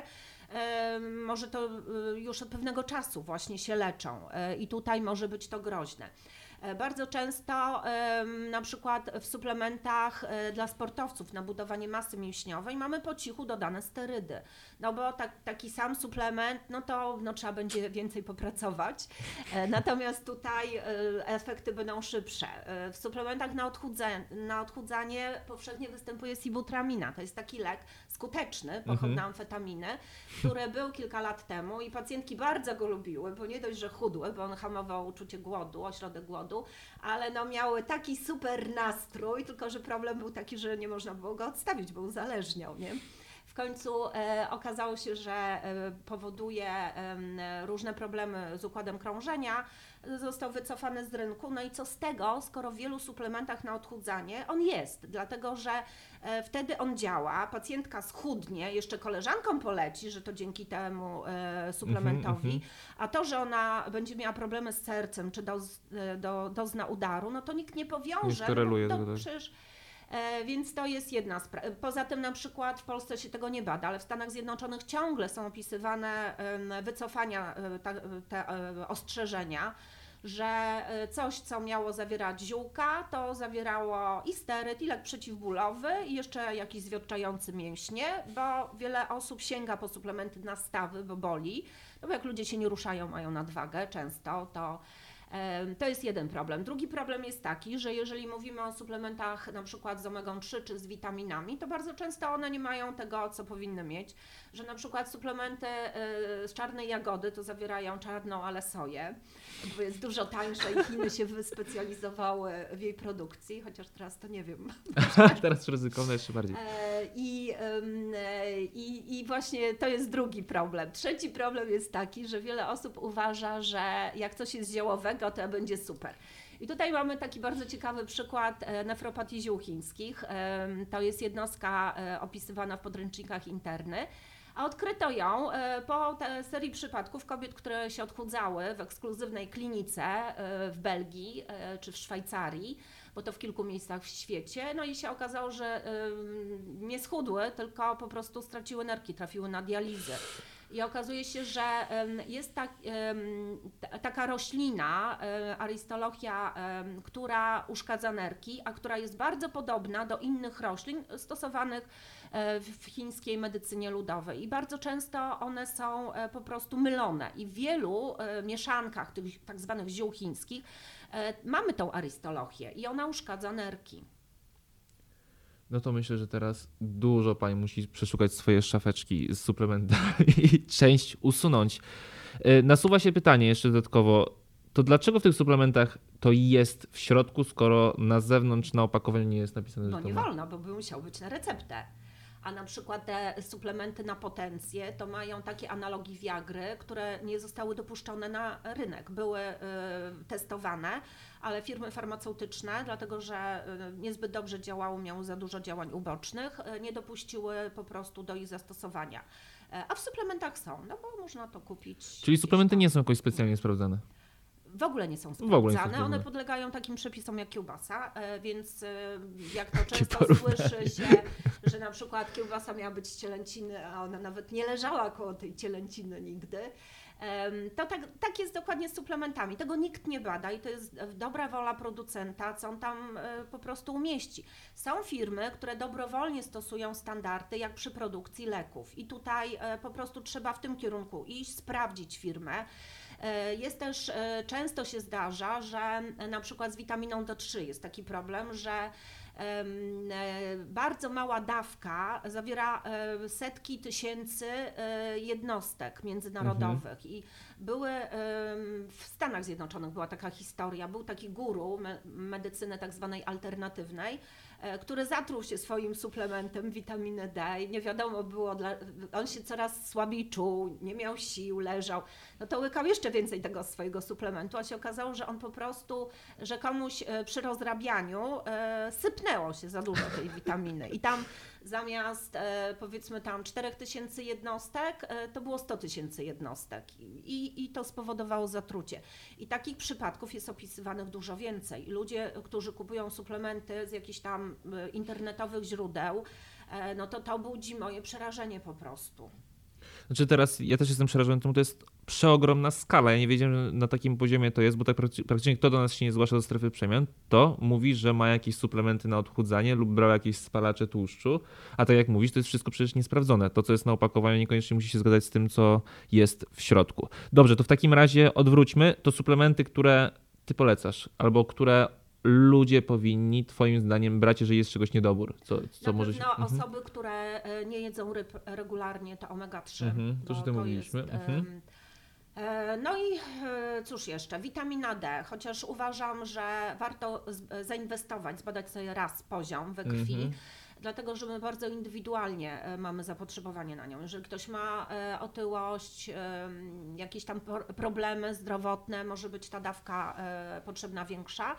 e, może to e, już od pewnego czasu właśnie się leczą e, i tutaj może być to groźne. E, Bardzo często em, na przykład w suplementach e, dla sportowców na budowanie masy mięśniowej mamy po cichu dodane sterydy. No bo tak, taki sam suplement, no to no, trzeba będzie więcej popracować. E, Natomiast tutaj e, efekty będą szybsze. E, W suplementach na, odchudze, na odchudzanie powszechnie występuje sibutramina. To jest taki lek skuteczny, pochodny Mhm. amfetaminy, który był kilka lat temu i pacjentki bardzo go lubiły, bo nie dość, że chudły, bo on hamował uczucie głodu, ośrodek głodu, ale no miały taki super nastrój, tylko że problem był taki, że nie można było go odstawić, bo uzależniał, nie? W końcu e, okazało się, że e, powoduje em, różne problemy z układem krążenia, został wycofany z rynku. No i co z tego, skoro w wielu suplementach na odchudzanie on jest, dlatego że e, wtedy on działa, pacjentka schudnie, jeszcze koleżankom poleci, że to dzięki temu e, suplementowi, Mhm, a to, że ona będzie miała problemy z sercem, czy doz, e, do, dozna udaru, no to nikt nie powiąże. Nie skoreluje no, tego, to tak. przecież E, Więc to jest jedna sprawa. Poza tym na przykład w Polsce się tego nie bada, ale w Stanach Zjednoczonych ciągle są opisywane em, wycofania, e, ta- te e, ostrzeżenia, że e, coś, co miało zawierać ziółka, to zawierało i steryd, i lek przeciwbólowy, i jeszcze jakiś zwiotczający mięśnie, bo wiele osób sięga po suplementy na stawy, bo boli. No bo jak ludzie się nie ruszają, mają nadwagę często, to Em, To jest jeden problem. Drugi problem jest taki, że jeżeli mówimy o suplementach na przykład z omegą trzy czy z witaminami, to bardzo często one nie mają tego, co powinny mieć, że na przykład suplementy y, z czarnej jagody to zawierają czarną, ale soję, bo jest dużo tańsza i Chiny się wyspecjalizowały w jej produkcji, chociaż teraz to nie wiem. Teraz ryzykowne jeszcze bardziej. E, I, ym, e, i, I właśnie to jest drugi problem. Trzeci problem jest taki, że wiele osób uważa, że jak coś jest ziołowego, to będzie super. I tutaj mamy taki bardzo ciekawy przykład e, nefropatii ziół chińskich. Em, To jest jednostka e, opisywana w podręcznikach interny. A odkryto ją e, po te serii przypadków kobiet, które się odchudzały w ekskluzywnej klinice e, w Belgii e, czy w Szwajcarii, bo to w kilku miejscach w świecie. No i się okazało, że ym, nie schudły, tylko po prostu straciły nerki, trafiły na dializę. I okazuje się, że ym, jest tak, ym, ta- taka roślina, y, Aristolochia, ym, która uszkadza nerki, a która jest bardzo podobna do innych roślin stosowanych y, w chińskiej medycynie ludowej. I bardzo często one są y, po prostu mylone. I w wielu y, mieszankach tych tak zwanych ziół chińskich e, mamy tą aristolochię i ona uszkadza nerki. No to myślę, że teraz dużo pań musi przeszukać swoje szafeczki z suplementami i część usunąć. Yy, Nasuwa się pytanie jeszcze dodatkowo, to dlaczego w tych suplementach to jest w środku, skoro na zewnątrz na opakowaniu nie jest napisane, że No to nie ma? wolno, bo by musiał być na receptę. A na przykład te suplementy na potencję to mają takie analogi Viagry, które nie zostały dopuszczone na rynek. Były y, testowane, ale firmy farmaceutyczne, dlatego że y, niezbyt dobrze działały, miały za dużo działań ubocznych, y, nie dopuściły po prostu do ich zastosowania. Y, A w suplementach są, no bo można to kupić. Czyli gdzieś suplementy tam. nie są jakoś specjalnie sprawdzane. W ogóle nie są W ogóle nie są sprawdzane, sprawdzane. one podlegają takim przepisom jak kiełbasa, e, więc e, jak to często porównanie. słyszy się, że na przykład kiełbasa miała być z cielęciny, a ona nawet nie leżała koło tej cielęciny nigdy, em, to tak, tak jest dokładnie z suplementami. Tego nikt nie bada i to jest dobra wola producenta, co on tam e, po prostu umieści. Są firmy, które dobrowolnie stosują standardy jak przy produkcji leków i tutaj e, po prostu trzeba w tym kierunku iść, sprawdzić firmę. E, Jest też, e, często się zdarza, że e, na przykład z witaminą D trzy jest taki problem, że em, e, bardzo mała dawka zawiera e, setki tysięcy e, jednostek międzynarodowych i były em, w Stanach Zjednoczonych była taka historia, był taki guru me- medycyny tak zwanej alternatywnej, e, który zatruł się swoim suplementem witaminy D i nie wiadomo było, dla, on się coraz słabiej czuł, nie miał sił, leżał, no to łykał jeszcze więcej tego swojego suplementu, a się okazało, że on po prostu, że komuś e, przy rozrabianiu e, sypnęło się za dużo tej witaminy i tam zamiast e, powiedzmy tam czterech tysięcy jednostek, e, to było sto tysięcy jednostek i, i to spowodowało zatrucie. I takich przypadków jest opisywanych dużo więcej. Ludzie, którzy kupują suplementy z jakichś tam e, internetowych źródeł, e, no to to budzi moje przerażenie po prostu. Znaczy teraz ja też jestem przerażony, tym, to jest przeogromna skala. Ja nie wiedziałem, że na takim poziomie to jest, bo tak prakty- praktycznie kto do nas się nie zgłasza do strefy przemian, to mówi, że ma jakieś suplementy na odchudzanie lub brał jakieś spalacze tłuszczu, a tak jak mówisz, to jest wszystko przecież niesprawdzone. To, co jest na opakowaniu, niekoniecznie musi się zgadzać z tym, co jest w środku. Dobrze, to w takim razie odwróćmy. To suplementy, które ty polecasz, albo które ludzie powinni twoim zdaniem brać, jeżeli jest czegoś niedobór. Co, co Na może się... pewno Mhm. osoby, które e, nie jedzą ryb regularnie, to omega trzy. Mhm, to już o tym bo mówiliśmy. jest, Mhm. em, e, No i e, cóż jeszcze, witamina D, chociaż uważam, że warto z- zainwestować, zbadać sobie raz poziom we krwi, Mhm. dlatego że my bardzo indywidualnie e, mamy zapotrzebowanie na nią. Jeżeli ktoś ma e, otyłość, em, jakieś tam por- problemy zdrowotne, może być ta dawka e, potrzebna większa.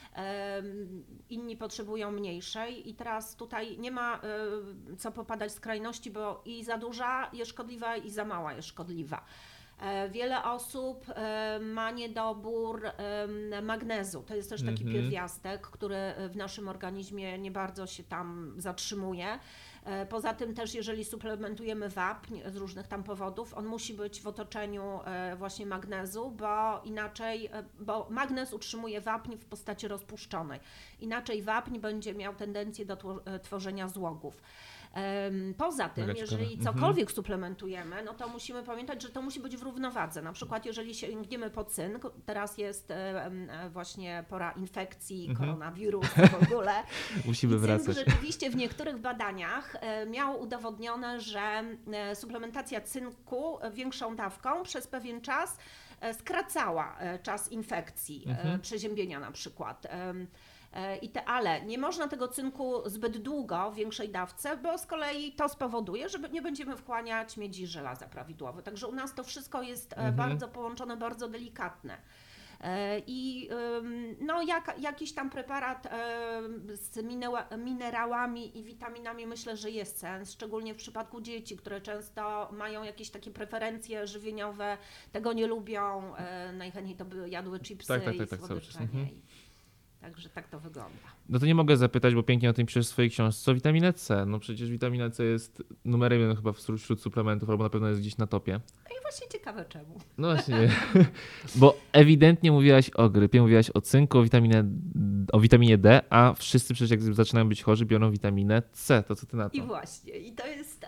Em, Inni potrzebują mniejszej i teraz tutaj nie ma e, co popadać w skrajności, bo i za duża jest szkodliwa i za mała jest szkodliwa. E, Wiele osób e, ma niedobór em, magnezu. To jest też taki Mhm. pierwiastek, który w naszym organizmie nie bardzo się tam zatrzymuje. E, Poza tym też, jeżeli suplementujemy wapń z różnych tam powodów, on musi być w otoczeniu e, właśnie magnezu, bo inaczej, e, bo magnez utrzymuje wapń w postaci rozpuszczonej. Inaczej wapń będzie miał tendencję do tło- e, tworzenia złogów. Em, Poza tym, Mega ciekawe. jeżeli Mhm. cokolwiek suplementujemy, no to musimy pamiętać, że to musi być w równowadze. Na przykład jeżeli sięgniemy po cynk, teraz jest e, em, e, właśnie pora infekcji, Mhm. koronawirusa w ogóle. Musimy I cynk wracać. rzeczywiście w niektórych badaniach e, miał udowodnione, że e, suplementacja cynku e, większą dawką przez pewien czas e, skracała e, czas infekcji, e, Mhm. przeziębienia na przykład. Em, e, I te, ale nie można tego cynku zbyt długo w większej dawce, bo z kolei to spowoduje, że nie będziemy wchłaniać miedzi i żelaza prawidłowo. Także u nas to wszystko jest e, Mhm. bardzo połączone, bardzo delikatne. E, I ym, no, jak, jakiś tam preparat em, z mineła- minerałami i witaminami myślę, że jest sens, szczególnie w przypadku dzieci, które często mają jakieś takie preferencje żywieniowe, tego nie lubią, e, najchętniej to by jadły chipsy Tak, tak, tak, i tak, cały czas. słodyczenie. Mhm. I- Także tak to wygląda. No to nie mogę zapytać, bo pięknie o tym piszesz w swojej książce, o witaminę C. No przecież witamina C jest numerem jeden chyba wśród wśród suplementów, albo na pewno jest gdzieś na topie. No i właśnie ciekawe czemu. No właśnie, bo ewidentnie mówiłaś o grypie, mówiłaś o cynku, o witaminie, o witaminie D, a wszyscy przecież jak zaczynają być chorzy, biorą witaminę C. To co ty na to? I właśnie, i to jest em,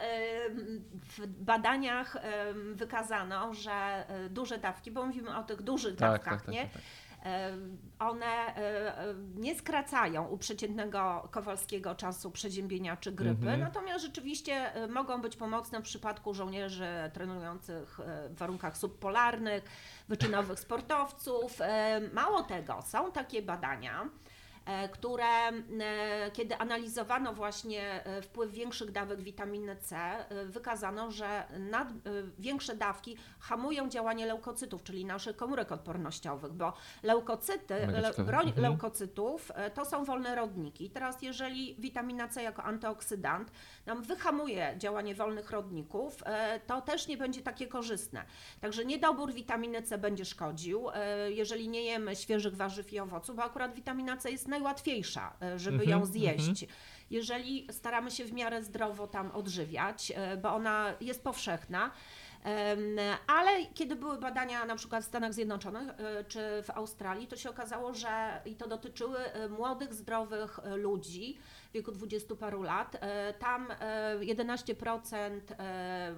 w badaniach em, wykazano, że e, duże dawki, bo mówimy o tych dużych Tak, dawkach, tak, tak, nie? tak, tak. Em, One e, e, nie skracają u przeciętnego Kowalskiego czasu przeziębienia czy grypy, Mhm. natomiast rzeczywiście e, mogą być pomocne w przypadku żołnierzy trenujących e, w warunkach subpolarnych, wyczynowych sportowców. E, Mało tego, są takie badania, e, które e, kiedy analizowano właśnie e, wpływ większych dawek witaminy C, e, wykazano, że nad, e, większe dawki hamują działanie leukocytów, czyli naszych komórek odpornościowych, bo leukocyty, Mega le, ciekawe. broń Mhm. leukocytów e, to są wolne rodniki. I teraz jeżeli witamina C jako antyoksydant nam wyhamuje działanie wolnych rodników, e, to też nie będzie takie korzystne. Także niedobór witaminy C będzie szkodził, e, jeżeli nie jemy świeżych warzyw i owoców, bo akurat witamina C jest najłatwiejsza, e, żeby Mhm, ją zjeść. Jeżeli staramy się w miarę zdrowo tam odżywiać, e, bo ona jest powszechna, Em, ale kiedy były badania na przykład w Stanach Zjednoczonych e, czy w Australii, to się okazało, że i to dotyczyły e, młodych, zdrowych e, ludzi w wieku dwudziestu paru lat. E, Tam e, jedenaście procent e,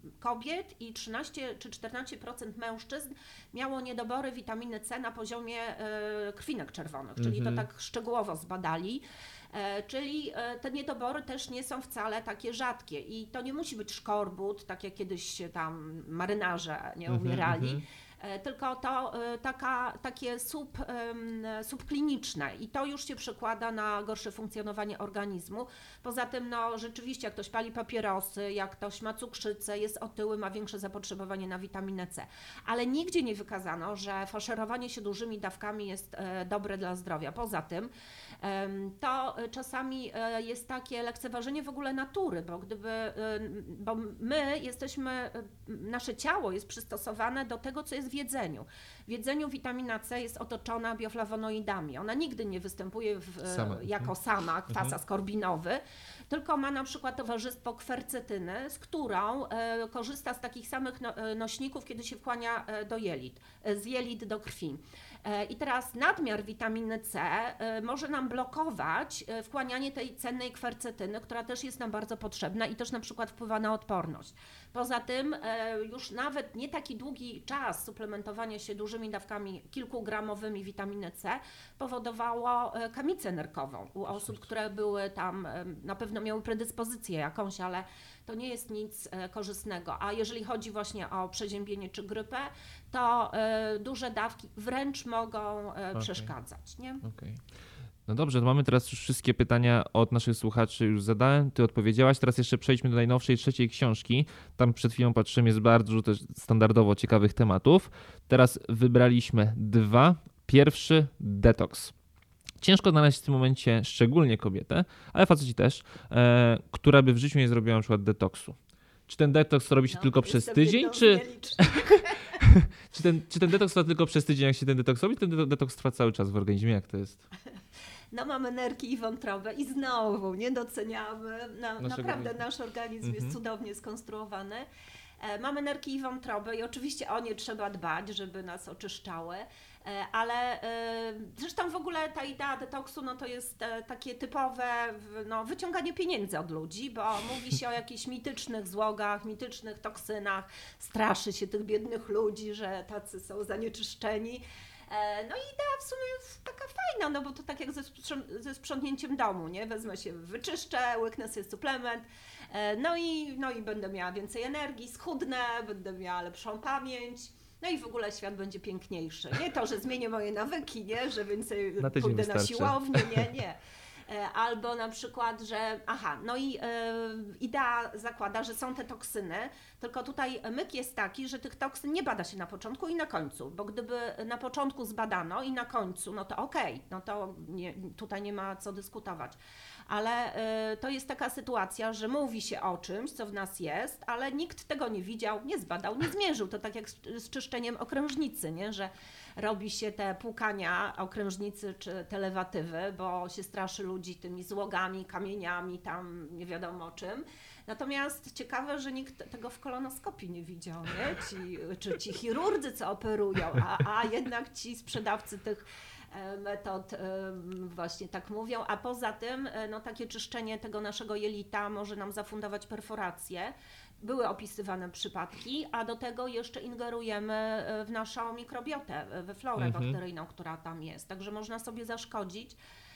kobiet i trzynaście czy czternaście procent mężczyzn miało niedobory witaminy C na poziomie e, krwinek czerwonych, czyli Mhm. to tak szczegółowo zbadali. E, Czyli e, te niedobory też nie są wcale takie rzadkie i to nie musi być szkorbut, tak jak kiedyś tam marynarze nie Mhm, umierali, mhm. e, tylko to e, taka, takie sub, em, subkliniczne i to już się przekłada na gorsze funkcjonowanie organizmu. Poza tym no rzeczywiście jak ktoś pali papierosy, jak ktoś ma cukrzycę, jest otyły, ma większe zapotrzebowanie na witaminę C. Ale nigdzie nie wykazano, że faszerowanie się dużymi dawkami jest e, dobre dla zdrowia. Poza tym em, to e, czasami e, jest takie lekceważenie w ogóle natury, bo gdyby, e, bo my jesteśmy, e, nasze ciało jest przystosowane do tego, co jest w jedzeniu. W jedzeniu witamina C jest otoczona bioflawonoidami. Ona nigdy nie występuje w, e, Sama. jako sama, kwas Mhm. askorbinowy, tylko ma na przykład towarzystwo kwercetyny, z którą e, korzysta z takich samych no, e, nośników, kiedy się wchłania e, do jelit, e, z jelit do krwi. E, I teraz nadmiar witaminy C e, może nam blokować e, wchłanianie tej cennej kwercetyny, która też jest nam bardzo potrzebna i też na przykład wpływa na odporność. Poza tym e, już nawet nie taki długi czas suplementowania się dużymi dawkami kilkugramowymi witaminy C powodowało e, kamicę nerkową u osób, które były tam, e, na pewno miały predyspozycję jakąś, ale to nie jest nic e, korzystnego. A jeżeli chodzi właśnie o przeziębienie czy grypę, to e, duże dawki wręcz mogą e, Okej. przeszkadzać. Nie? Okej. No dobrze, to mamy teraz już wszystkie pytania od naszych słuchaczy już zadałem, ty odpowiedziałaś. Teraz jeszcze przejdźmy do najnowszej, trzeciej książki. Tam przed chwilą patrzyłem, jest bardzo dużo też standardowo ciekawych tematów. Teraz wybraliśmy dwa. Pierwszy, detoks. Ciężko znaleźć w tym momencie szczególnie kobietę, ale faceci też, e, która by w życiu nie zrobiła na przykład detoksu. Czy ten detoks robi się No, tylko przez jestem tydzień, jedną z czy, nielicznych. czy, ten, czy ten detoks trwa tylko przez tydzień, jak się ten detoks robi, czy ten detoks trwa cały czas w organizmie, jak to jest? no mamy nerki i wątrobę i znowu nie doceniamy. No, Naszego naprawdę organizmu. nasz organizm Mhm. jest cudownie skonstruowany. E, Mamy nerki i wątroby i oczywiście o nie trzeba dbać, żeby nas oczyszczały, E, ale e, zresztą w ogóle ta idea detoksu no to jest e, takie typowe w- no, wyciąganie pieniędzy od ludzi, bo mówi się o jakichś mitycznych złogach, mitycznych toksynach, straszy się tych biednych ludzi, że tacy są zanieczyszczeni. E, No i idea w sumie jest taka fajna, no bo to tak jak ze, sprząt- ze sprzątnięciem domu, nie? Wezmę się, wyczyszczę, łyknę sobie suplement, e, no i, no i będę miała więcej energii, schudnę, będę miała lepszą pamięć. No i w ogóle świat będzie piękniejszy. Nie to, że zmienię moje nawyki, nie? Że więcej Na tydzień pójdę na wystarczy. siłownię, nie, nie. E, Albo na przykład, że aha, no i e, idea zakłada, że są te toksyny, tylko tutaj myk jest taki, że tych toksyn nie bada się na początku i na końcu, bo gdyby na początku zbadano i na końcu, no to okej, no to nie, tutaj nie ma co dyskutować. Ale e, to jest taka sytuacja, że mówi się o czymś, co w nas jest, ale nikt tego nie widział, nie zbadał, nie zmierzył. To tak jak z, z czyszczeniem okrężnicy, nie? Że robi się te płukania okrężnicy czy te lewatywy, bo się straszy ludzi tymi złogami, kamieniami, tam nie wiadomo czym. Natomiast ciekawe, że nikt tego w kolonoskopii nie widział, nie? Ci, czy ci chirurdzy, co operują, a, a jednak ci sprzedawcy tych e, metod e, właśnie tak mówią, a poza tym e, no, takie czyszczenie tego naszego jelita może nam zafundować perforacje. Były opisywane przypadki, a do tego jeszcze ingerujemy e, w naszą mikrobiotę, e, we florę Mhm. bakteryjną, która tam jest, także można sobie zaszkodzić.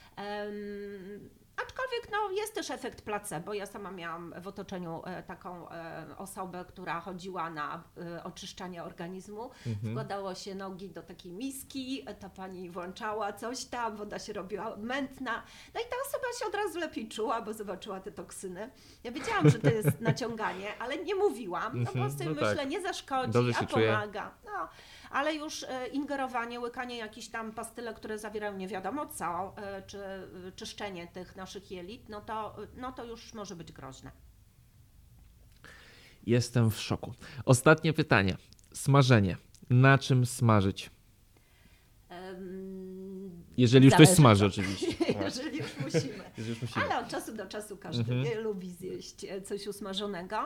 Em, Aczkolwiek no, jest też efekt placebo. Ja sama miałam w otoczeniu e, taką e, osobę, która chodziła na e, oczyszczanie organizmu. Mhm. Wkładało się nogi do takiej miski, e, ta pani włączała coś tam, woda się robiła mętna. No i ta osoba się od razu lepiej czuła, bo zobaczyła te toksyny. Ja wiedziałam, że to jest naciąganie, ale nie mówiłam, no bo Mhm, sobie no myślę, tak. nie zaszkodzi, Dobrze a się czuję. pomaga. No, ale już e, ingerowanie, łykanie jakichś tam pastylek, które zawierają nie wiadomo co, e, czy e, czyszczenie tych naszych jelit, no to, no to już może być groźne. Jestem w szoku. Ostatnie pytanie. Smażenie. Na czym smażyć? Em, Jeżeli już ktoś Zależy smaży co. oczywiście. Jeżeli już musimy. Jeżeli już musimy. Ale od czasu do czasu każdy Mhm. nie lubi zjeść e, coś usmażonego.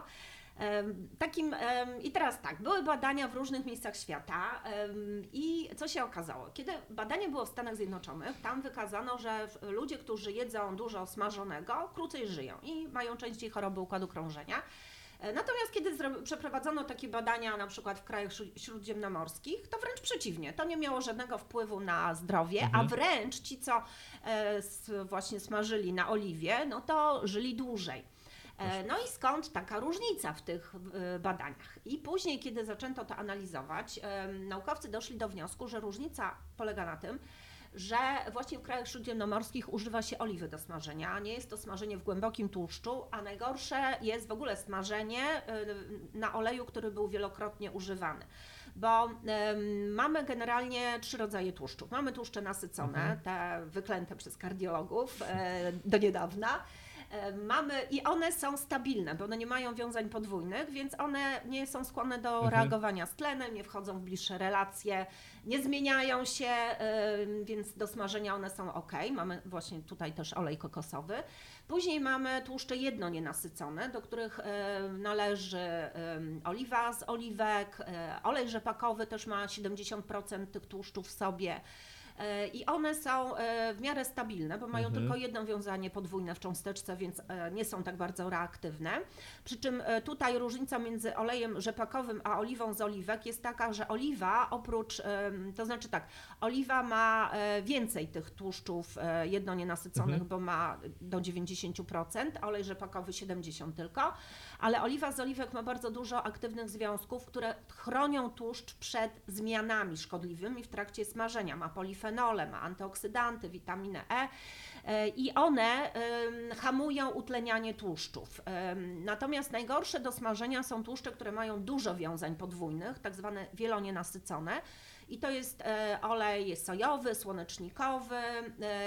Em, Takim, em, I teraz tak, były badania w różnych miejscach świata em, i co się okazało? Kiedy badanie było w Stanach Zjednoczonych, tam wykazano, że w- ludzie, którzy jedzą dużo smażonego, krócej żyją i mają częściej choroby układu krążenia. E, Natomiast kiedy zro- przeprowadzono takie badania na przykład w krajach śró- śródziemnomorskich, to wręcz przeciwnie, to nie miało żadnego wpływu na zdrowie, Mhm. a wręcz ci, co e, s- właśnie smażyli na oliwie, no to żyli dłużej. E, No i skąd taka różnica w tych e, badaniach? I później, kiedy zaczęto to analizować, em, naukowcy doszli do wniosku, że różnica polega na tym, że właśnie w krajach śródziemnomorskich używa się oliwy do smażenia. Nie jest to smażenie w głębokim tłuszczu, a najgorsze jest w ogóle smażenie e, na oleju, który był wielokrotnie używany. Bo em, mamy generalnie trzy rodzaje tłuszczów. Mamy tłuszcze nasycone, Mhm. te wyklęte przez kardiologów e, do niedawna. E, Mamy i one są stabilne, bo one nie mają wiązań podwójnych, więc one nie są skłonne do Mhm. reagowania z tlenem, nie wchodzą w bliższe relacje, nie zmieniają się, e, więc do smażenia one są ok. Mamy właśnie tutaj też olej kokosowy. Później mamy tłuszcze jedno nienasycone, do których e, należy e, oliwa z oliwek, e, olej rzepakowy też ma siedemdziesiąt procent tych tłuszczów w sobie. E, I one są e, w miarę stabilne, bo mają Mhm. tylko jedno wiązanie podwójne w cząsteczce, więc e, nie są tak bardzo reaktywne. Przy czym e, tutaj różnica między olejem rzepakowym a oliwą z oliwek jest taka, że oliwa oprócz, em, to znaczy tak, oliwa ma e, więcej tych tłuszczów e, jedno nienasyconych, Mhm. bo ma do dziewięćdziesiąt procent, a olej rzepakowy siedemdziesiąt procent tylko, ale oliwa z oliwek ma bardzo dużo aktywnych związków, które chronią tłuszcz przed zmianami szkodliwymi w trakcie smażenia. Ma polifenole, ma antyoksydanty, witaminę E e, i one em, hamują utlenianie tłuszczów. Em, Natomiast najgorsze do smażenia są tłuszcze, które mają dużo wiązań podwójnych, tak zwane wielonienasycone. I to jest e, olej sojowy, słonecznikowy e,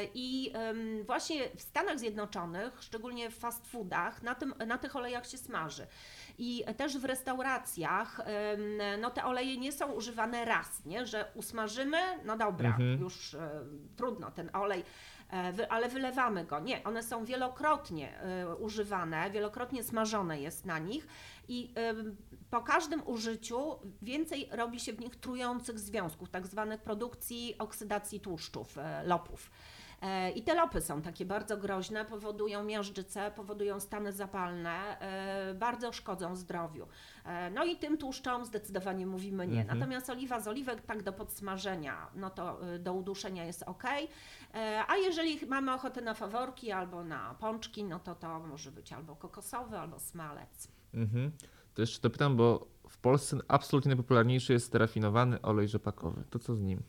i em, właśnie w Stanach Zjednoczonych, szczególnie w fast foodach, na, tym, na tych olejach się smaży. I też w restauracjach em, no te oleje nie są używane raz, nie? Że usmażymy, no dobra, Mhm. już e, trudno, ten olej e, wy, ale wylewamy go. Nie, one są wielokrotnie e, używane, wielokrotnie smażone jest na nich i e, po każdym użyciu więcej robi się w nich trujących związków, tak zwanych produkcji oksydacji tłuszczów, e, lopów. I te lopy są takie bardzo groźne, powodują miażdżycę, powodują stany zapalne, bardzo szkodzą zdrowiu. No i tym tłuszczom zdecydowanie mówimy nie. Mhm. Natomiast oliwa z oliwek tak do podsmażenia, no to do uduszenia jest ok. A jeżeli mamy ochotę na faworki albo na pączki, no to to może być albo kokosowy, albo smalec. Mhm. To jeszcze dopytam, bo w Polsce absolutnie najpopularniejszy jest rafinowany olej rzepakowy. To co z nim?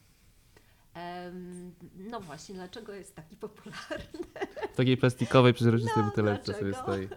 No właśnie, dlaczego jest taki popularny? W takiej plastikowej, przezroczystej No, buteleczce sobie dlaczego? stoi.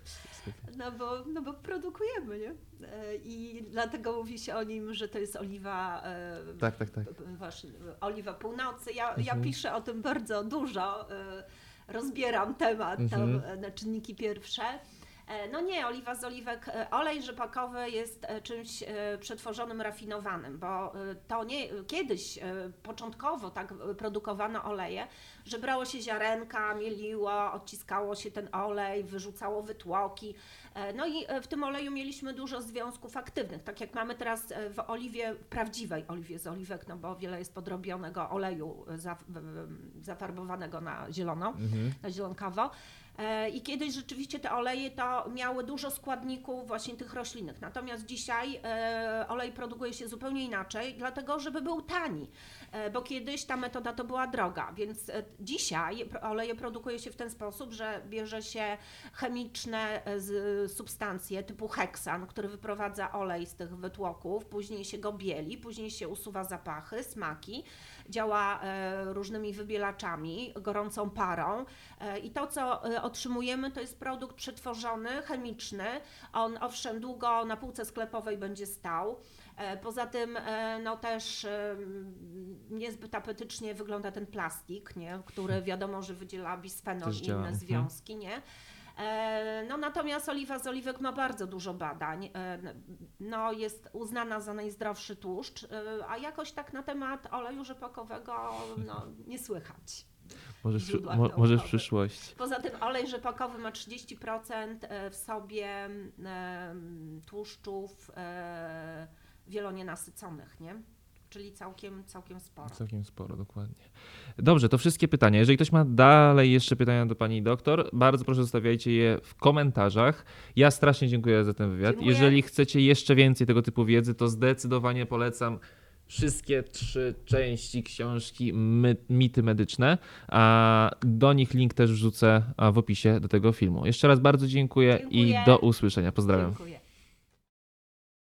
No bo, no bo produkujemy, nie? I dlatego mówi się o nim, że to jest oliwa, Tak, tak, tak. właśnie, oliwa północy. Ja, ja Mhm. piszę o tym bardzo dużo, rozbieram temat Mhm. tam na czynniki pierwsze. No nie, oliwa z oliwek, olej rzepakowy jest czymś przetworzonym, rafinowanym, bo to nie, kiedyś początkowo tak produkowano oleje, że brało się ziarenka, mieliło, odciskało się ten olej, wyrzucało wytłoki. No i w tym oleju mieliśmy dużo związków aktywnych, tak jak mamy teraz w oliwie, prawdziwej oliwie z oliwek, no bo wiele jest podrobionego oleju zafarbowanego na zielono, Mhm. na zielonkawo. I kiedyś rzeczywiście te oleje to miały dużo składników właśnie tych roślinnych. Natomiast dzisiaj olej produkuje się zupełnie inaczej, dlatego żeby był tani, bo kiedyś ta metoda to była droga, więc dzisiaj oleje produkuje się w ten sposób, że bierze się chemiczne substancje typu heksan, który wyprowadza olej z tych wytłoków, później się go bieli, później się usuwa zapachy, smaki, działa różnymi wybielaczami, gorącą parą i to, co otrzymujemy, to jest produkt przetworzony, chemiczny. On owszem długo na półce sklepowej będzie stał. Poza tym no też niezbyt apetycznie wygląda ten plastik, nie? Który wiadomo, że wydziela bisfenol Też i działa, inne mhm. związki. Nie? No natomiast oliwa z oliwek ma bardzo dużo badań, no jest uznana za najzdrowszy tłuszcz, a jakoś tak na temat oleju rzepakowego no, nie słychać. Może, w, źródłach mo, może w naukowych. przyszłości. Poza tym olej rzepakowy ma trzydzieści procent w sobie em, tłuszczów e, wielonienasyconych, nie? Czyli całkiem, całkiem sporo. Całkiem sporo, dokładnie. Dobrze, to wszystkie pytania. Jeżeli ktoś ma dalej jeszcze pytania do pani doktor, bardzo proszę zostawiajcie je w komentarzach. Ja strasznie dziękuję za ten wywiad. Dziękuję. Jeżeli chcecie jeszcze więcej tego typu wiedzy, to zdecydowanie polecam wszystkie trzy części książki My, Mity Medyczne, a do nich link też wrzucę w opisie do tego filmu. Jeszcze raz bardzo dziękuję, Dziękuję. i do usłyszenia. Pozdrawiam. Dziękuję.